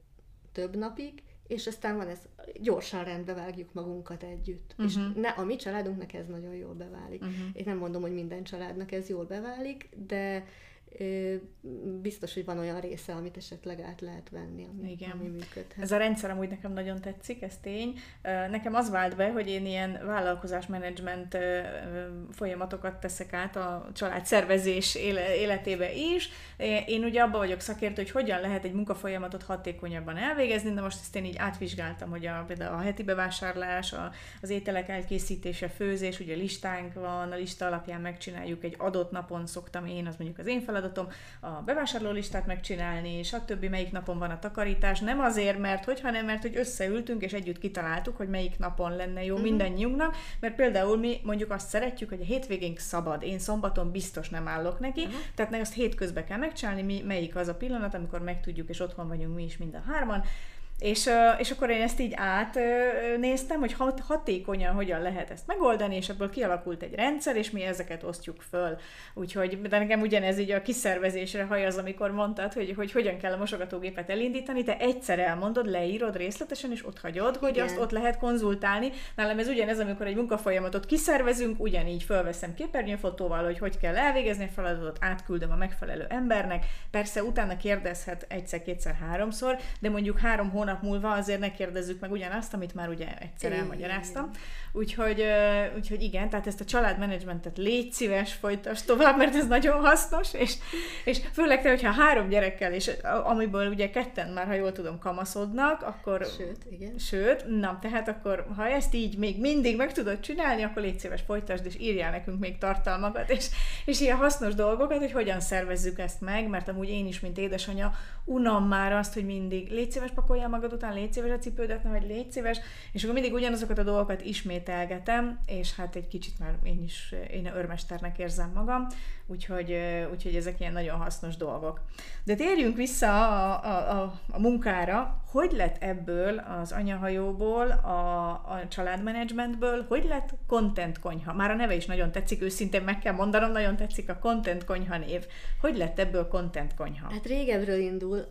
több napig, és aztán van ez, gyorsan rendbe vágjuk magunkat együtt. Uh-huh. És ne, a mi családunknak ez nagyon jól beválik. Uh-huh. Én nem mondom, hogy minden családnak ez jól beválik, de ö, biztos, hogy van olyan része, amit esetleg át lehet venni, ami, ami működhet. Ez a rendszer amúgy nekem nagyon tetszik, ez tény. Nekem az vált be, hogy én ilyen vállalkozásmenedzsment folyamatokat teszek át a család szervezés életébe is. Én ugye abban vagyok szakértő, hogy hogyan lehet egy munkafolyamatot hatékonyabban elvégezni, de most ezt én így átvizsgáltam, hogy a, például a heti bevásárlás, a, az ételek elkészítése, főzés, ugye listánk van, a lista alapján megcsináljuk egy adott napon, szoktam én, az mondjuk az én feladatom, a bevásárlólistát megcsinálni, stb. Melyik napon van a takarítás. Nem azért, mert hogy, hanem mert hogy összeültünk, és együtt kitaláltuk, hogy melyik napon lenne jó uh-huh. mindannyiunknak, mert például mi mondjuk azt szeretjük, hogy a hétvégénk szabad. Én szombaton biztos nem állok neki, uh-huh. tehát azt hétközben kell megcsinálni, mi, melyik az a pillanat, amikor megtudjuk, és otthon vagyunk mi is mind a hárman. És, és akkor én ezt így átnéztem, hogy hat, hatékonyan hogyan lehet ezt megoldani, és ebből kialakult egy rendszer, és mi ezeket osztjuk föl. Úgyhogy, de nekem ugyanez így a kiszervezésre hajaz, amikor mondtad, hogy, hogy hogyan kell a mosogatógépet elindítani, te egyszer elmondod, leírod részletesen, és ott hagyod, hogy igen. azt ott lehet konzultálni. Nálam ez ugyanez, amikor egy munkafolyamatot kiszervezünk, ugyanígy fölveszem képernyőfotóval, hogy hogy kell elvégezni a feladatot, átküldöm a megfelelő embernek. Persze utána kérdezhet egyszer, kétszer, háromszor, de mondjuk három hónap múlva azért ne kérdezzük meg ugyanazt, amit már ugye egyszer elmagyaráztam. Úgyhogy, úgyhogy igen, tehát ezt a családmenedzsmentet légy szíves, folytasd tovább, mert ez nagyon hasznos, és, és főleg te, hogyha három gyerekkel, és amiből ugye ketten már, ha jól tudom, kamaszodnak, akkor... Sőt, igen. Sőt, na, tehát akkor, ha ezt így még mindig meg tudod csinálni, akkor légy szíves, folytasd, és írjál nekünk még tartalmakat, és, és ilyen hasznos dolgokat, hogy hogyan szervezzük ezt meg, mert amúgy én is, mint édesanyja, unom már azt, hogy mindig légy szíves, pakoljál magad után, légy szíves a cipődet, nem, vagy légy szíves, és akkor mindig ugyanazokat a dolgokat ismételgetem, és hát egy kicsit már én is, én örmesternek érzem magam, úgyhogy, úgyhogy ezek ilyen nagyon hasznos dolgok. De térjünk vissza a, a, a, a munkára, hogy lett ebből az anyahajóból, a, a családmenedzsmentből, hogy lett Content Konyha? Már a neve is nagyon tetszik, őszintén meg kell mondanom, nagyon tetszik a Content Konyha név. Hogy lett ebből Content Konyha? Hát régebről indul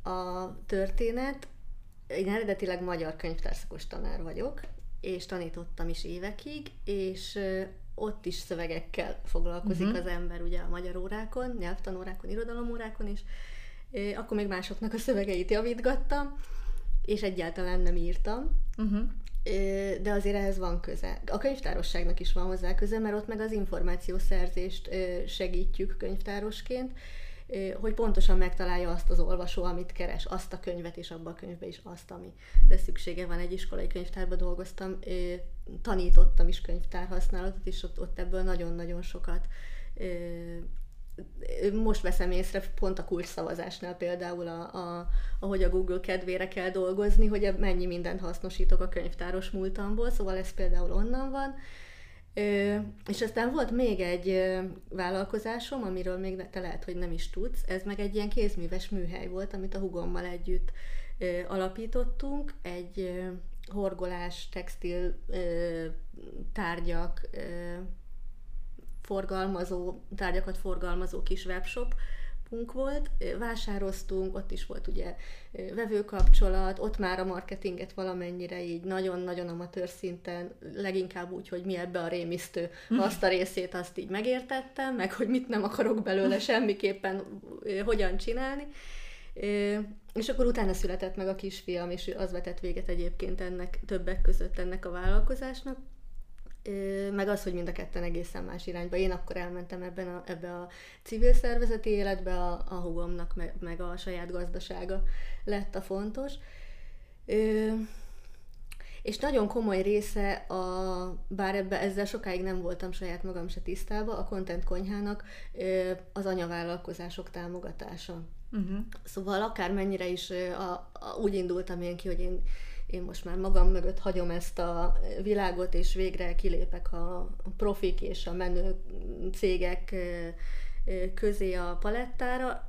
a történet. Én eredetileg magyar könyvtárszakos tanár vagyok, és tanítottam is évekig, és ott is szövegekkel foglalkozik uh-huh. az ember ugye a magyar órákon, nyelvtanórákon, irodalomórákon is. Akkor még másoknak a szövegeit javítgattam, és egyáltalán nem írtam, uh-huh. de azért ehhez van köze. A könyvtárosságnak is van hozzá köze, mert ott meg az információszerzést segítjük könyvtárosként, hogy pontosan megtalálja azt az olvasó, amit keres, azt a könyvet, és abban a könyvben is azt, amire szüksége van. Egy iskolai könyvtárban dolgoztam, tanítottam is könyvtárhasználatot, és ott, ott ebből nagyon-nagyon sokat. Most veszem észre, pont a kulcsszavazásnál például, a, a, ahogy a Google kedvére kell dolgozni, hogy mennyi mindent hasznosítok a könyvtáros múltamból, szóval ez például onnan van. Ö, és aztán volt még egy ö, vállalkozásom, amiről még te lehet, hogy nem is tudsz, ez meg egy ilyen kézműves műhely volt, amit a húgommal együtt ö, alapítottunk, egy ö, horgolás, textil ö, tárgyak, ö, forgalmazó, tárgyakat forgalmazó kis webshopunk volt, vásároztunk, ott is volt ugye vevőkapcsolat, ott már a marketinget valamennyire így nagyon-nagyon amatőr szinten, leginkább úgy, hogy mi ebbe a rémisztő, azt a részét azt így megértettem, meg hogy mit nem akarok belőle semmiképpen hogyan csinálni. És akkor utána született meg a kisfiam, és az vetett véget egyébként ennek, többek között ennek a vállalkozásnak. Meg az, hogy mind a ketten egészen más irányba. Én akkor elmentem ebben a, ebbe a civil szervezeti életbe, a, a húgomnak meg, meg a saját gazdasága lett a fontos. Ö, és nagyon komoly része, a, bár ebbe, ezzel sokáig nem voltam saját magam se tisztában, a Content Konyhának ö, az anyavállalkozások támogatása. Uh-huh. Szóval akármennyire is a, a, úgy indultam én ki, hogy én én most már magam mögött hagyom ezt a világot, és végre kilépek a profik és a menő cégek közé a palettára.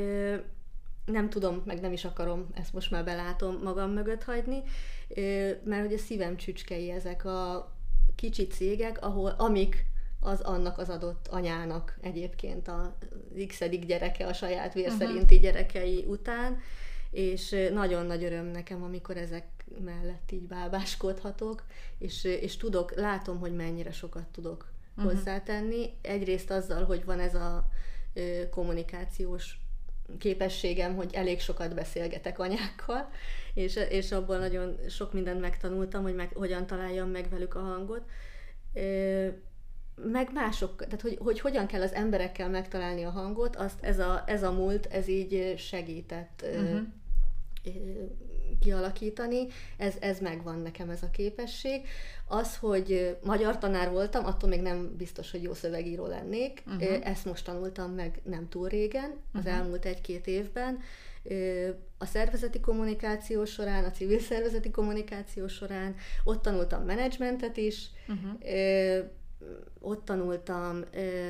Nem tudom, meg nem is akarom, ezt most már belátom magam mögött hagyni, mert hogy a szívem csücskei ezek a kicsi cégek, ahol amik az annak az adott anyának egyébként a x-edik gyereke a saját vér szerinti uh-huh. gyerekei után, és nagyon nagy öröm nekem, amikor ezek mellett így bábáskodhatok, és, és tudok, látom, hogy mennyire sokat tudok uh-huh. hozzátenni. Egyrészt azzal, hogy van ez a ö, kommunikációs képességem, hogy elég sokat beszélgetek anyákkal, és, és abból nagyon sok mindent megtanultam, hogy meg, hogyan találjam meg velük a hangot. Ö, meg mások, tehát hogy, hogy hogyan kell az emberekkel megtalálni a hangot, azt ez a, ez a múlt, ez így segített uh-huh. kialakítani, ez, ez megvan nekem ez a képesség. Az, hogy magyar tanár voltam, attól még nem biztos, hogy jó szövegíró lennék. Uh-huh. Ezt most tanultam meg nem túl régen, az uh-huh. elmúlt egy-két évben. A szervezeti kommunikáció során, a civil szervezeti kommunikáció során, ott tanultam menedzsmentet is, uh-huh. ott tanultam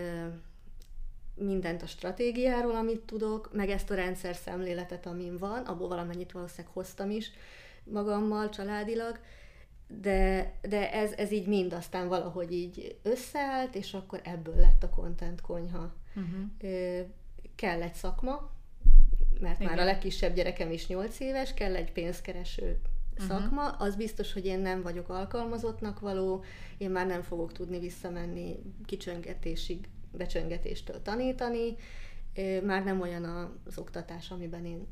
mindent a stratégiáról, amit tudok, meg ezt a rendszer szemléletet, amin van, abból valamennyit valószínűleg hoztam is magammal, családilag, de, de ez, ez így mind aztán valahogy így összeállt, és akkor ebből lett a Content Konyha. Uh-huh. Kell egy szakma, mert igen. már a legkisebb gyerekem is nyolc éves, kell egy pénzkereső szakma, uh-huh. az biztos, hogy én nem vagyok alkalmazottnak való, én már nem fogok tudni visszamenni kicsöngetésig, becsöngetéstől tanítani, már nem olyan az oktatás, amiben én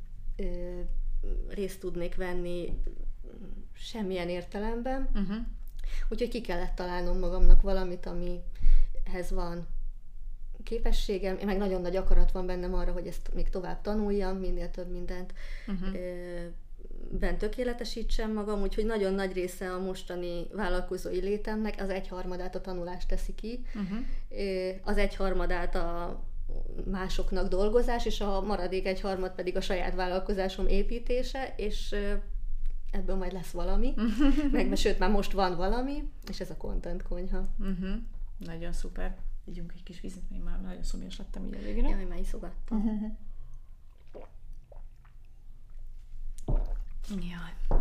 részt tudnék venni semmilyen értelemben. Uh-huh. Úgyhogy ki kellett találnom magamnak valamit, amihez van képességem, én meg nagyon nagy akarat van bennem arra, hogy ezt még tovább tanuljam, minél több mindent uh-huh. ben tökéletesítsem magam, úgyhogy nagyon nagy része a mostani vállalkozói létemnek az egyharmadát a tanulást teszi ki, uh-huh. az egyharmadát a másoknak dolgozás, és a maradék egyharmad pedig a saját vállalkozásom építése, és ebből majd lesz valami, meg sőt, már most van valami, és ez a Content Konyha. Uh-huh. Nagyon szuper. Ígyunk egy kis vizet, én már nagyon szomjas lettem így a végre. Jaj, már iszogattam. Uh-huh. Jaj.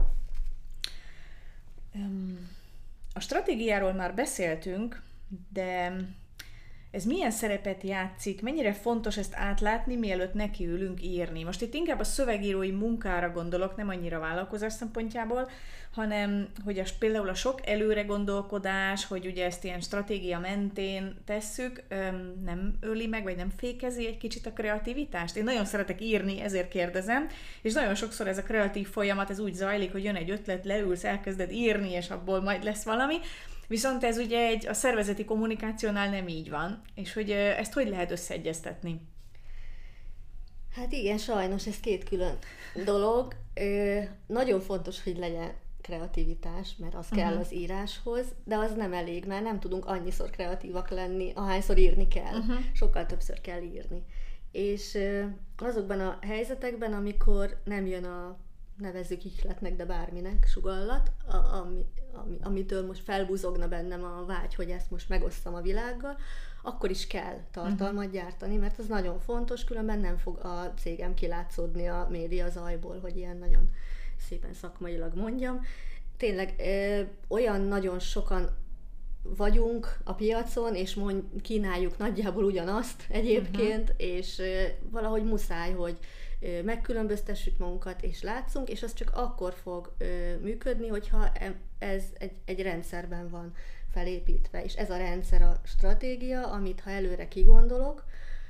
A stratégiáról már beszéltünk, de ez milyen szerepet játszik, mennyire fontos ezt átlátni, mielőtt nekiülünk írni? Most itt inkább a szövegírói munkára gondolok, nem annyira a vállalkozás szempontjából, hanem hogy a, például a sok előre gondolkodás, hogy ugye ezt ilyen stratégia mentén tesszük, nem öli meg, vagy nem fékezi egy kicsit a kreativitást? Én nagyon szeretek írni, ezért kérdezem, és nagyon sokszor ez a kreatív folyamat, ez úgy zajlik, hogy jön egy ötlet, leülsz, elkezded írni, és abból majd lesz valami. Viszont ez ugye egy, a szervezeti kommunikációnál nem így van, és hogy ezt hogy lehet összeegyeztetni? Hát igen, sajnos ez két külön dolog. Ö, nagyon fontos, hogy legyen kreativitás, mert az kell uh-huh. az íráshoz, de az nem elég, mert nem tudunk annyiszor kreatívak lenni, ahányszor írni kell. Uh-huh. Sokkal többször kell írni. És ö, azokban a helyzetekben, amikor nem jön a, nevezzük ihletnek, de bárminek, sugallat, a, ami, ami, amitől most felbúzogna bennem a vágy, hogy ezt most megosztam a világgal, akkor is kell tartalmat uh-huh. gyártani, mert az nagyon fontos, különben nem fog a cégem kilátszódni a média zajból, hogy ilyen nagyon szépen szakmailag mondjam. Tényleg ö, olyan nagyon sokan vagyunk a piacon, és mond, kínáljuk nagyjából ugyanazt egyébként, uh-huh. és ö, valahogy muszáj, hogy ö, megkülönböztessük magunkat, és látszunk, és az csak akkor fog ö, működni, hogyha ez egy, egy rendszerben van felépítve, és ez a rendszer a stratégia, amit ha előre kigondolok,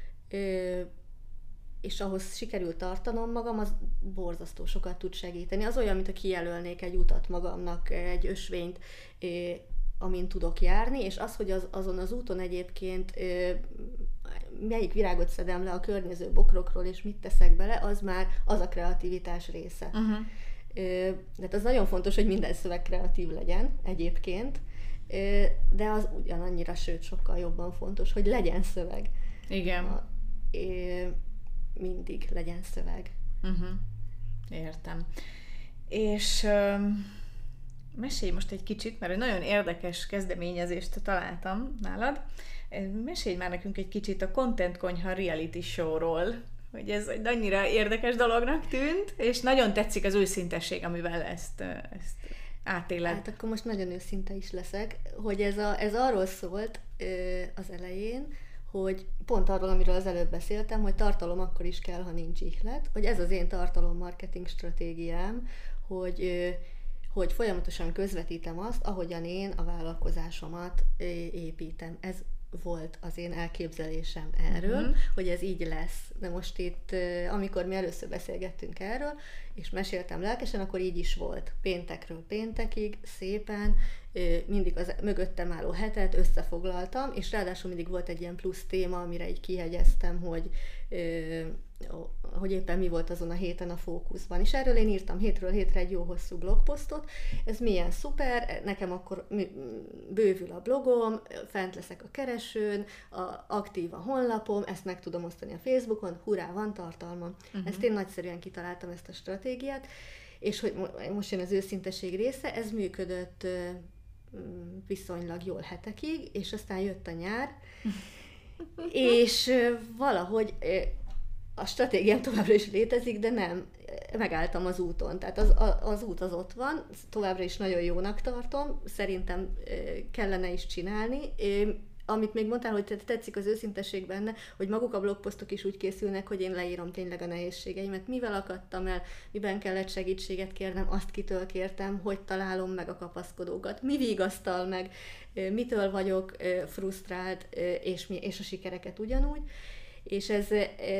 ö, és ahhoz sikerül tartanom magam, az borzasztó sokat tud segíteni. Az olyan, mintha kijelölnék egy utat magamnak, egy ösvényt, ö, amin tudok járni, és az, hogy az, azon az úton egyébként ö, melyik virágot szedem le a környező bokrokról, és mit teszek bele, az már az a kreativitás része. Uh-huh. Ö, de az nagyon fontos, hogy minden szöveg kreatív legyen egyébként, de az ugyanannyira, sőt, sokkal jobban fontos, hogy legyen szöveg. Igen. A, é, mindig legyen szöveg. Uh-huh. Értem. És uh, mesélj most egy kicsit, mert egy nagyon érdekes kezdeményezést találtam nálad. Mesélj már nekünk egy kicsit a Content Konyha reality showról, hogy ez egy annyira érdekes dolognak tűnt, és nagyon tetszik az őszintesség, amivel ezt, ezt átéled. Hát akkor most nagyon őszinte is leszek, hogy ez, a, ez arról szólt ö, az elején, hogy pont arról, amiről az előbb beszéltem, hogy tartalom akkor is kell, ha nincs ihlet, hogy ez az én tartalommarketing stratégiám, hogy, ö, hogy folyamatosan közvetítem azt, ahogyan én a vállalkozásomat ö, építem. Ez volt az én elképzelésem erről, uh-huh. hogy ez így lesz. De most itt, amikor mi először beszélgettünk erről, és meséltem lelkesen, akkor így is volt. Péntekről péntekig, szépen, mindig az mögöttem álló hetet összefoglaltam, és ráadásul mindig volt egy ilyen plusz téma, amire így kihegyeztem, hogy, hogy éppen mi volt azon a héten a fókuszban. És erről én írtam hétről hétre egy jó hosszú blogposztot. Ez milyen szuper, nekem akkor bővül a blogom, fent leszek a keresőn, a, aktív a honlapom, ezt meg tudom osztani a Facebookon, hurrá, van tartalmam. Uh-huh. Ezt én nagyszerűen kitaláltam, ezt a stratégiát, és hogy most jön az őszinteség része, ez működött viszonylag jól hetekig, és aztán jött a nyár, és valahogy a stratégiám továbbra is létezik, de nem, megálltam az úton. Tehát az, az út az ott van, továbbra is nagyon jónak tartom, szerintem kellene is csinálni. Amit még mondtál, hogy tetszik az őszintesség benne, hogy maguk a blogposztok is úgy készülnek, hogy én leírom tényleg a nehézségeimet. Mivel akadtam el, miben kellett segítséget kérnem, azt kitől kértem, hogy találom meg a kapaszkodókat, mi vigasztal meg, mitől vagyok frusztrált, és, mi, és a sikereket ugyanúgy. És ez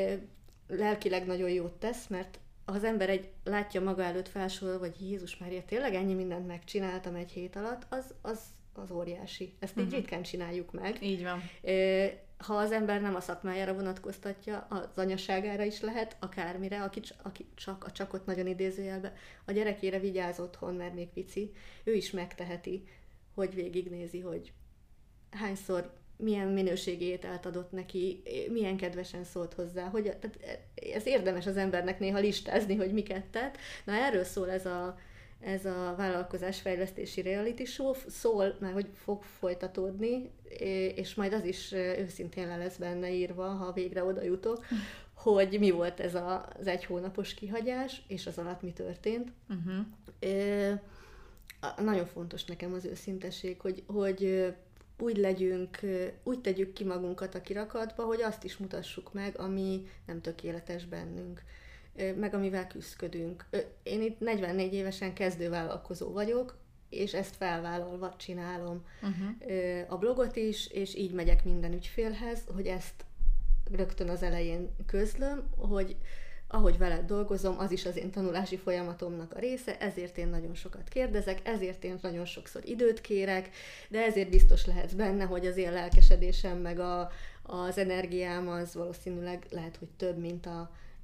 lelkileg nagyon jót tesz, mert ha az ember egy látja maga előtt felsorol, vagy Jézus Mária, tényleg ennyi mindent megcsináltam egy hét alatt, az, az az óriási. Ezt így uh-huh. ritkán csináljuk meg. Így van. Ha az ember nem a szakmájára vonatkoztatja, az anyaságára is lehet, akármire, aki, aki csak a csakot nagyon idézőjelbe, a gyerekére vigyáz otthon, mert még pici, ő is megteheti, hogy végignézi, hogy hányszor milyen minőségi ételt adott neki, milyen kedvesen szólt hozzá, hogy tehát ez érdemes az embernek néha listázni, hogy miket tett. Na erről szól ez a ez a vállalkozásfejlesztési reality show, szól, mert hogy fog folytatódni, és majd az is őszintén le lesz benne írva, ha végre oda jutok, hogy mi volt ez az egy hónapos kihagyás, és az alatt mi történt. Uh-huh. E, nagyon fontos nekem az őszintesség, hogy, hogy úgy legyünk, úgy tegyük ki magunkat a kirakatba, hogy azt is mutassuk meg, ami nem tökéletes bennünk, meg amivel küzdködünk. Én itt negyvennégy évesen kezdővállalkozó vagyok, és ezt felvállalva csinálom uh-huh. a blogot is, és így megyek minden ügyfélhez, hogy ezt rögtön az elején közlöm, hogy ahogy veled dolgozom, az is az én tanulási folyamatomnak a része, ezért én nagyon sokat kérdezek, ezért én nagyon sokszor időt kérek, de ezért biztos lehetsz benne, hogy az én lelkesedésem meg a, az energiám az valószínűleg lehet, hogy több, mint a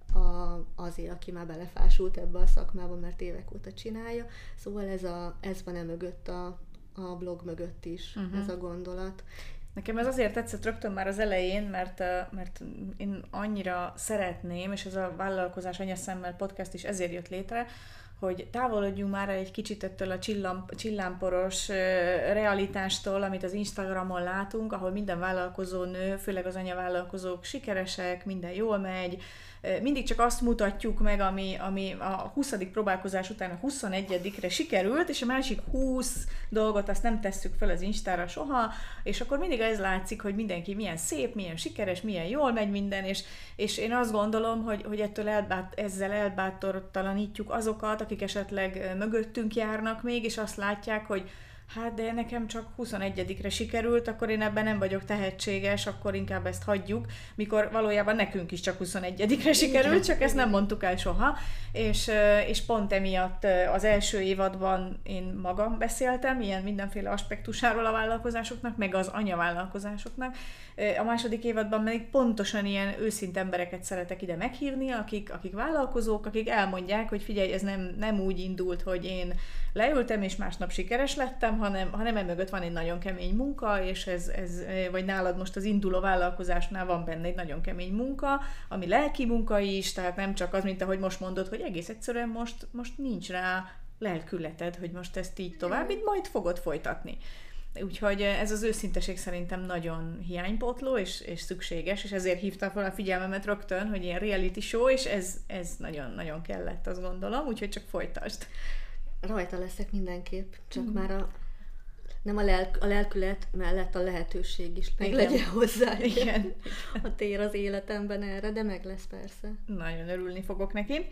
a, azért, aki már belefásult ebbe a szakmába, mert évek óta csinálja. Szóval ez, a, ez van e mögött, a, a blog mögött is, uh-huh. ez a gondolat. Nekem ez azért tetszett rögtön már az elején, mert, mert én annyira szeretném, és ez a Vállalkozás Anyaszemmel podcast is ezért jött létre, hogy távolodjunk már egy kicsit ettől a csillam, csillámporos realitástól, amit az Instagramon látunk, ahol minden vállalkozó nő, főleg az anyavállalkozók sikeresek, minden jól megy, mindig csak azt mutatjuk meg, ami, ami a huszadik próbálkozás után a huszonegyedikre sikerült, és a másik húsz dolgot azt nem tesszük fel az Instára soha, és akkor mindig ez látszik, hogy mindenki milyen szép, milyen sikeres, milyen jól megy minden, és, és én azt gondolom, hogy, hogy ettől elbát, ezzel elbátortalanítjuk azokat, akik esetleg mögöttünk járnak még, és azt látják, hogy hát de nekem csak huszonegyedikre sikerült, akkor én ebben nem vagyok tehetséges, akkor inkább ezt hagyjuk, mikor valójában nekünk is csak huszonegyedikre sikerült, csak ezt nem mondtuk el soha, és, és pont emiatt az első évadban én magam beszéltem, ilyen mindenféle aspektusáról a vállalkozásoknak, meg az anyavállalkozásoknak. A második évadban pedig pontosan ilyen őszinte embereket szeretek ide meghívni, akik, akik vállalkozók, akik elmondják, hogy figyelj, ez nem, nem úgy indult, hogy én leültem, és másnap sikeres lettem, hanem, hanem emögött van egy nagyon kemény munka, és ez, ez, vagy nálad most az induló vállalkozásnál van benne egy nagyon kemény munka, ami lelki munka is, tehát nem csak az, mint ahogy most mondod, hogy egész egyszerűen most, most nincs rá lelkületed, hogy most ezt így tovább, így majd fogod folytatni. Úgyhogy ez az őszinteség szerintem nagyon hiánypótló, és, és szükséges, és ezért hívtam fel a figyelmemet rögtön, hogy ilyen reality show, és ez, ez nagyon, nagyon kellett, azt gondolom, úgyhogy csak folytasd. Rajta leszek mindenképp, csak mm. már a, nem a, lelk, a lelkület mellett a lehetőség is meg legyen hozzá. Igen. A tér az életemben erre, de meg lesz persze. Nagyon örülni fogok neki.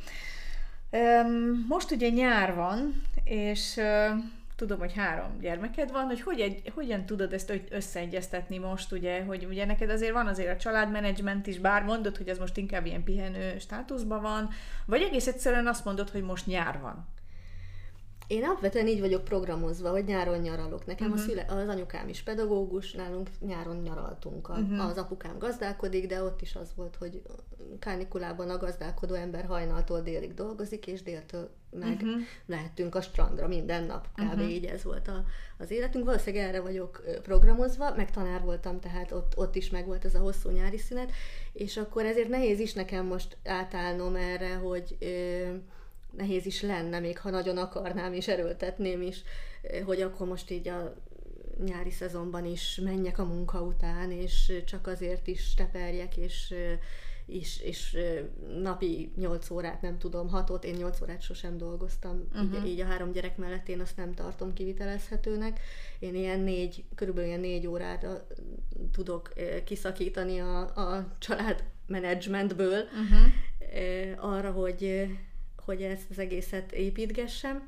Most ugye nyár van, és tudom, hogy három gyermeked van, hogy, hogy egy, hogyan tudod ezt összeegyeztetni most, ugye, hogy ugye neked azért van azért a családmenedzsment is, bár mondod, hogy ez most inkább ilyen pihenő státuszban van, vagy egész egyszerűen azt mondod, hogy most nyár van. Én alapvetően így vagyok programozva, hogy nyáron nyaralok. Nekem uh-huh. a szüle, az anyukám is pedagógus, nálunk nyáron nyaraltunk. A, uh-huh. Az apukám gazdálkodik, de ott is az volt, hogy kánikulában a gazdálkodó ember hajnaltól délig dolgozik, és déltől meg uh-huh. lehettünk a strandra minden nap. Kb. Uh-huh. így ez volt a, az életünk. Valószínűleg erre vagyok programozva, meg tanár voltam, tehát ott, ott is megvolt ez a hosszú nyári szünet, és akkor ezért nehéz is nekem most átállnom erre, hogy ö, nehéz is lenne, még ha nagyon akarnám és erőltetném is, hogy akkor most így a nyári szezonban is menjek a munka után, és csak azért is teperjek, és, és, és napi nyolc órát, nem tudom, hatot, én nyolc órát sosem dolgoztam, uh-huh. így, így a három gyerek mellett én azt nem tartom kivitelezhetőnek. Én ilyen négy, körülbelül ilyen négy órára tudok kiszakítani a, a családmenedzsmentből uh-huh. arra, hogy hogy ezt az egészet építgessem.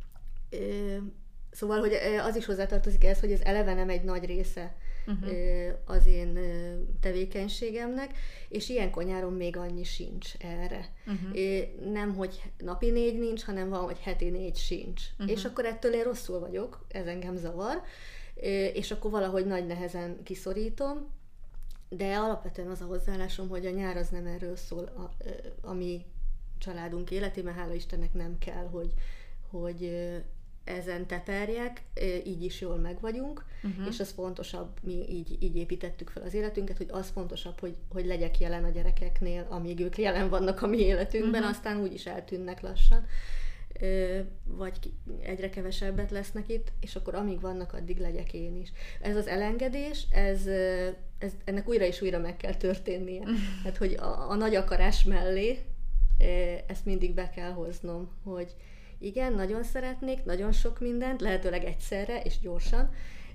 Szóval, hogy az is hozzátartozik ehhez, hogy ez eleve nem egy nagy része uh-huh. az én tevékenységemnek, és ilyenkor nyáron még annyi sincs erre. Uh-huh. Nem, hogy napi négy nincs, hanem van, hogy heti négy sincs. Uh-huh. És akkor ettől én rosszul vagyok, ez engem zavar, és akkor valahogy nagy nehezen kiszorítom, de alapvetően az a hozzáállásom, hogy a nyár az nem erről szól, a, a mi családunk életében, hála Istennek nem kell, hogy, hogy ezen teperjek, így is jól megvagyunk, uh-huh. és az fontosabb, mi így, így építettük fel az életünket, hogy az fontosabb, hogy, hogy legyek jelen a gyerekeknél, amíg ők jelen vannak a mi életünkben, uh-huh. aztán úgyis eltűnnek lassan, vagy egyre kevesebbet lesznek itt, és akkor amíg vannak, addig legyek én is. Ez az elengedés, ez, ez ennek újra és újra meg kell történnie. Uh-huh. Hát, hogy a, a nagy akarás mellé ezt mindig be kell hoznom, hogy igen, nagyon szeretnék, nagyon sok mindent, lehetőleg egyszerre és gyorsan,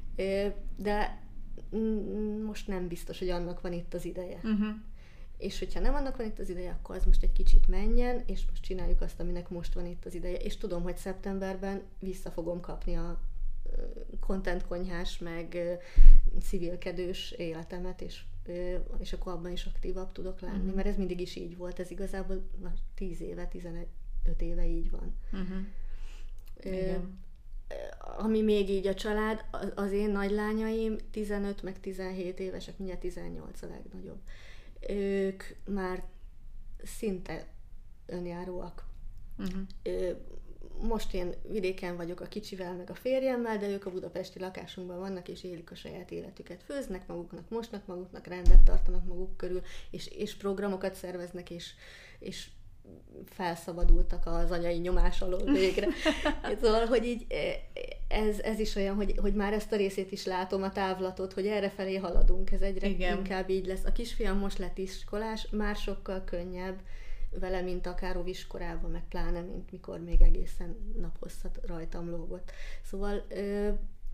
de most nem biztos, hogy annak van itt az ideje. Uh-huh. És hogyha nem annak van itt az ideje, akkor az most egy kicsit menjen, és most csináljuk azt, aminek most van itt az ideje. És tudom, hogy szeptemberben vissza fogom kapni a content konyhás, meg civilkedős életemet, és és akkor abban is aktívabb tudok lenni, uh-huh. mert ez mindig is így volt, ez igazából tíz éve, tizenöt éve így van. Uh-huh. Ö, ami még így a család, az én nagylányaim tizenöt meg tizenhét évesek, mindjárt tizennyolc a legnagyobb. Ők már szinte önjáróak. Uh-huh. Most én vidéken vagyok a kicsivel, meg a férjemmel, de ők a budapesti lakásunkban vannak, és élik a saját életüket. Főznek maguknak, mosnak maguknak, rendet tartanak maguk körül, és, és programokat szerveznek, és, és felszabadultak az anyai nyomás alól végre. Szóval, hogy így ez, ez is olyan, hogy, hogy már ezt a részét is látom, a távlatot, hogy errefelé haladunk, ez egyre Igen. inkább így lesz. A kisfiam most lett iskolás, már sokkal könnyebb vele, mint akár óviskorában, meg pláne, mint mikor még egészen naphosszat rajtam lógott. Szóval ö,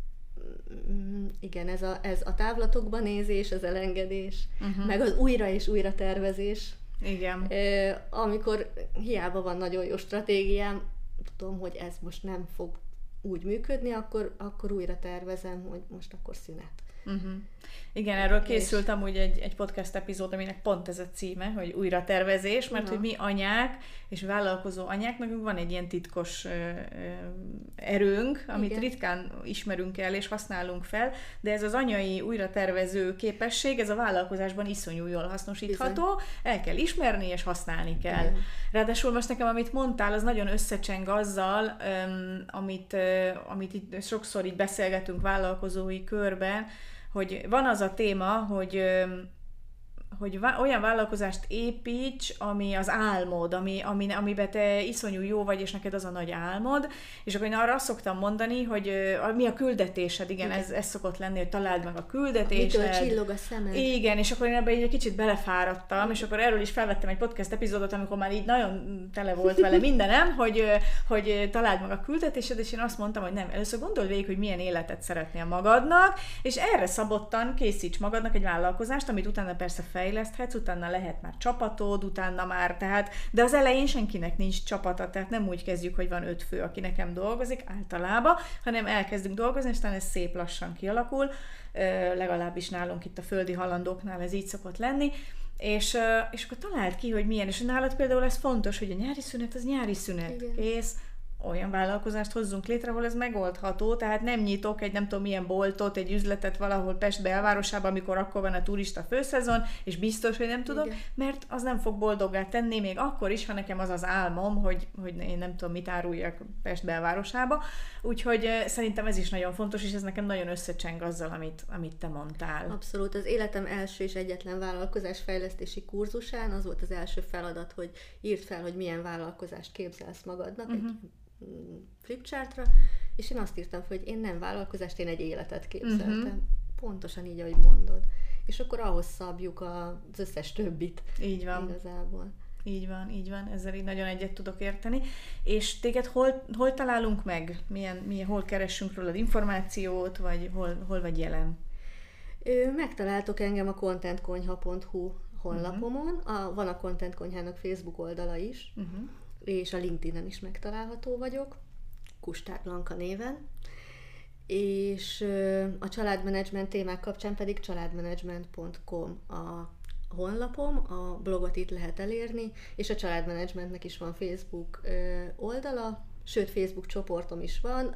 igen, ez a, ez a távlatokba nézés, az elengedés, uh-huh. meg az újra és újra tervezés. Igen. Ö, amikor hiába van nagyon jó stratégiám, tudom, hogy ez most nem fog úgy működni, akkor, akkor újra tervezem, hogy most akkor szünet. Uh-huh. Igen, erről készült amúgy egy, egy podcast epizód, aminek pont ez a címe, hogy újra tervezés, mert Na. hogy mi anyák és vállalkozó anyák, nekünk van egy ilyen titkos ö, ö, erőnk, amit Igen. ritkán ismerünk el és használunk fel, de ez az anyai újratervező képesség, ez a vállalkozásban iszonyú jól hasznosítható, Bizony. el kell ismerni és használni kell. Igen. Ráadásul most nekem, amit mondtál, az nagyon összecseng azzal, öm, amit, ö, amit itt sokszor így beszélgetünk vállalkozói körben, hogy van az a téma, hogy, hogy olyan vállalkozást építs, ami az álmod, ami, ami, amiben te iszonyú jó vagy, és neked az a nagy álmod, és akkor én arra azt szoktam mondani, hogy mi a küldetésed, igen, igen. Ez, ez szokott lenni, hogy találd meg a küldetésed. Mitől csillog a szemed. Igen, és akkor én ebben egy kicsit belefáradtam, és akkor erről is felvettem egy podcast epizódot, amikor már így nagyon tele volt vele mindenem, hogy, hogy találd meg a küldetésed, és én azt mondtam, hogy nem, először gondold végig, hogy milyen életet szeretnél magadnak, és erre szabottan készíts magadnak egy vállalkozást, amit utána persze fejleszthetsz, utána lehet már csapatod, utána már, tehát, de az elején senkinek nincs csapata, tehát nem úgy kezdjük, hogy van öt fő, aki nekem dolgozik általában, hanem elkezdünk dolgozni, és aztán ez szép lassan kialakul, legalábbis nálunk itt a földi halandóknál ez így szokott lenni, és, és akkor találd ki, hogy milyen, és nálad például ez fontos, hogy a nyári szünet az nyári szünet, Igen. kész, olyan vállalkozást hozzunk létre, ahol ez megoldható, tehát nem nyitok egy nem tudom milyen boltot, egy üzletet valahol Pest belvárosában, amikor akkor van a turista főszezon, és biztos, hogy nem tudok, Igen. mert az nem fog boldoggá tenni, még akkor is, ha nekem az az álmom, hogy, hogy én nem tudom mit áruljak Pest belvárosába. Úgyhogy szerintem ez is nagyon fontos, és ez nekem nagyon összecseng azzal, amit, amit te mondtál. Abszolút. Az életem első és egyetlen vállalkozásfejlesztési kurzusán az volt az első feladat, hogy írd fel, hogy milyen vállalkozást képzelsz magadnak, uh-huh. egy flipchartra, és én azt írtam fel, hogy én nem vállalkozást, én egy életet képzeltem. Uh-huh. Pontosan így, ahogy mondod. És akkor ahhoz szabjuk az összes többit. Így van. Igazából. Így van, így van. Ezzel így nagyon egyet tudok érteni. És téged hol, hol találunk meg? Milyen, milyen, hol keressünk rólad információt, vagy hol, hol vagy jelen? Megtaláltok engem a content konyha pont hu honlapomon. A, van a Content Konyhának Facebook oldala is. Uh-huh. És a LinkedIn-en is megtalálható vagyok, Kustár Blanka néven, és a családmenedzsment témák kapcsán pedig családmenedzsment pont com a honlapom, a blogot itt lehet elérni, és a családmenedzsmentnek is van Facebook oldala, sőt Facebook csoportom is van,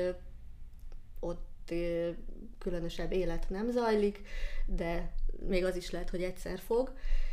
ott különösebb élet nem zajlik, de még az is lehet, hogy egyszer fog.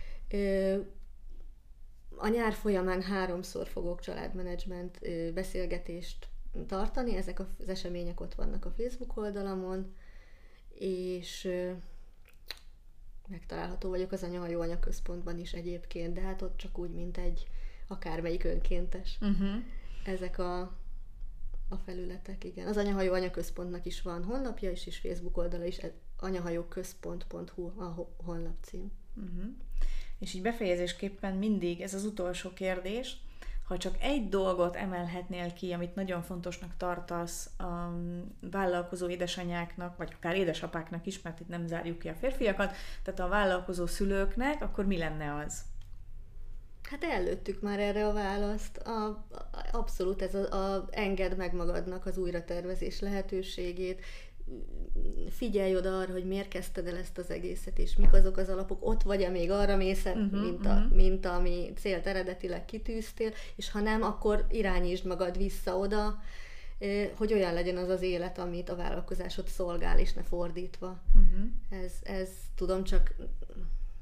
A nyár folyamán háromszor fogok családmenedzsment beszélgetést tartani, ezek az események ott vannak a Facebook oldalamon, és megtalálható vagyok az Anyahajó Anyaközpontban is egyébként, de hát ott csak úgy, mint egy akármelyik önkéntes. Uh-huh. Ezek a, a felületek, igen. Az Anyahajó Anyaközpontnak is van honlapja is, és Facebook oldala is, anyahajóközpont pont hu a honlapcím. Uh-huh. És így befejezésképpen mindig ez az utolsó kérdés, ha csak egy dolgot emelhetnél ki, amit nagyon fontosnak tartasz a vállalkozó édesanyáknak, vagy akár édesapáknak is, mert itt nem zárjuk ki a férfiakat, tehát a vállalkozó szülőknek, akkor mi lenne az? Hát előttük már erre a választ. A, a, abszolút ez a, a engedd meg magadnak az újratervezés lehetőségét, figyelj oda arra, hogy miért kezdted el ezt az egészet, és mik azok az alapok, ott vagy-e még arra mész, uh-huh, mint, a, uh-huh. mint ami célt eredetileg kitűztél, és ha nem, akkor irányítsd magad vissza oda, hogy olyan legyen az az élet, amit a vállalkozásod szolgál, és ne fordítva. Uh-huh. Ez, ez tudom, csak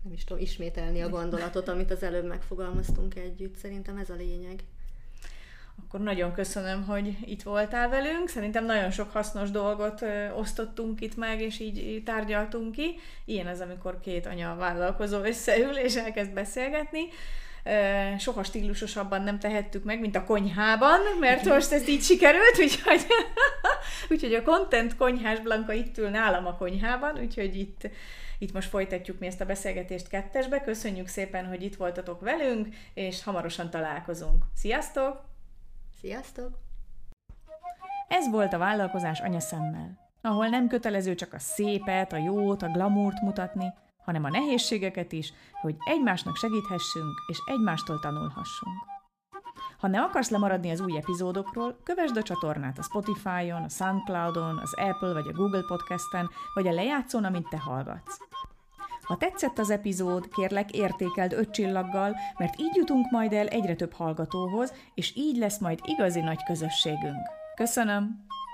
nem is tudom ismételni a gondolatot, amit az előbb megfogalmaztunk együtt. Szerintem ez a lényeg. Akkor nagyon köszönöm, hogy itt voltál velünk. Szerintem nagyon sok hasznos dolgot ö, osztottunk itt meg, és így, így tárgyaltunk ki. Ilyen az, amikor két anya vállalkozó összeül, és elkezd beszélgetni. Ö, soha stílusosabban nem tehettük meg, mint a konyhában, mert most ez így sikerült, úgyhogy, úgyhogy a Content Konyhás Blanka itt ül nálam a konyhában, úgyhogy itt Itt most folytatjuk mi ezt a beszélgetést kettesbe. Köszönjük szépen, hogy itt voltatok velünk, és hamarosan találkozunk. Sziasztok! Sziasztok! Ez volt a Vállalkozás anyaszemmel, ahol nem kötelező csak a szépet, a jót, a glamúrt mutatni, hanem a nehézségeket is, hogy egymásnak segíthessünk, és egymástól tanulhassunk. Ha ne akarsz lemaradni az új epizódokról, kövesd a csatornát a Spotify-on, a SoundCloud-on, az Apple vagy a Google Podcasten, vagy a lejátszón, amint te hallgatsz. Ha tetszett az epizód, kérlek értékeld öt csillaggal, mert így jutunk majd el egyre több hallgatóhoz, és így lesz majd igazi nagy közösségünk. Köszönöm!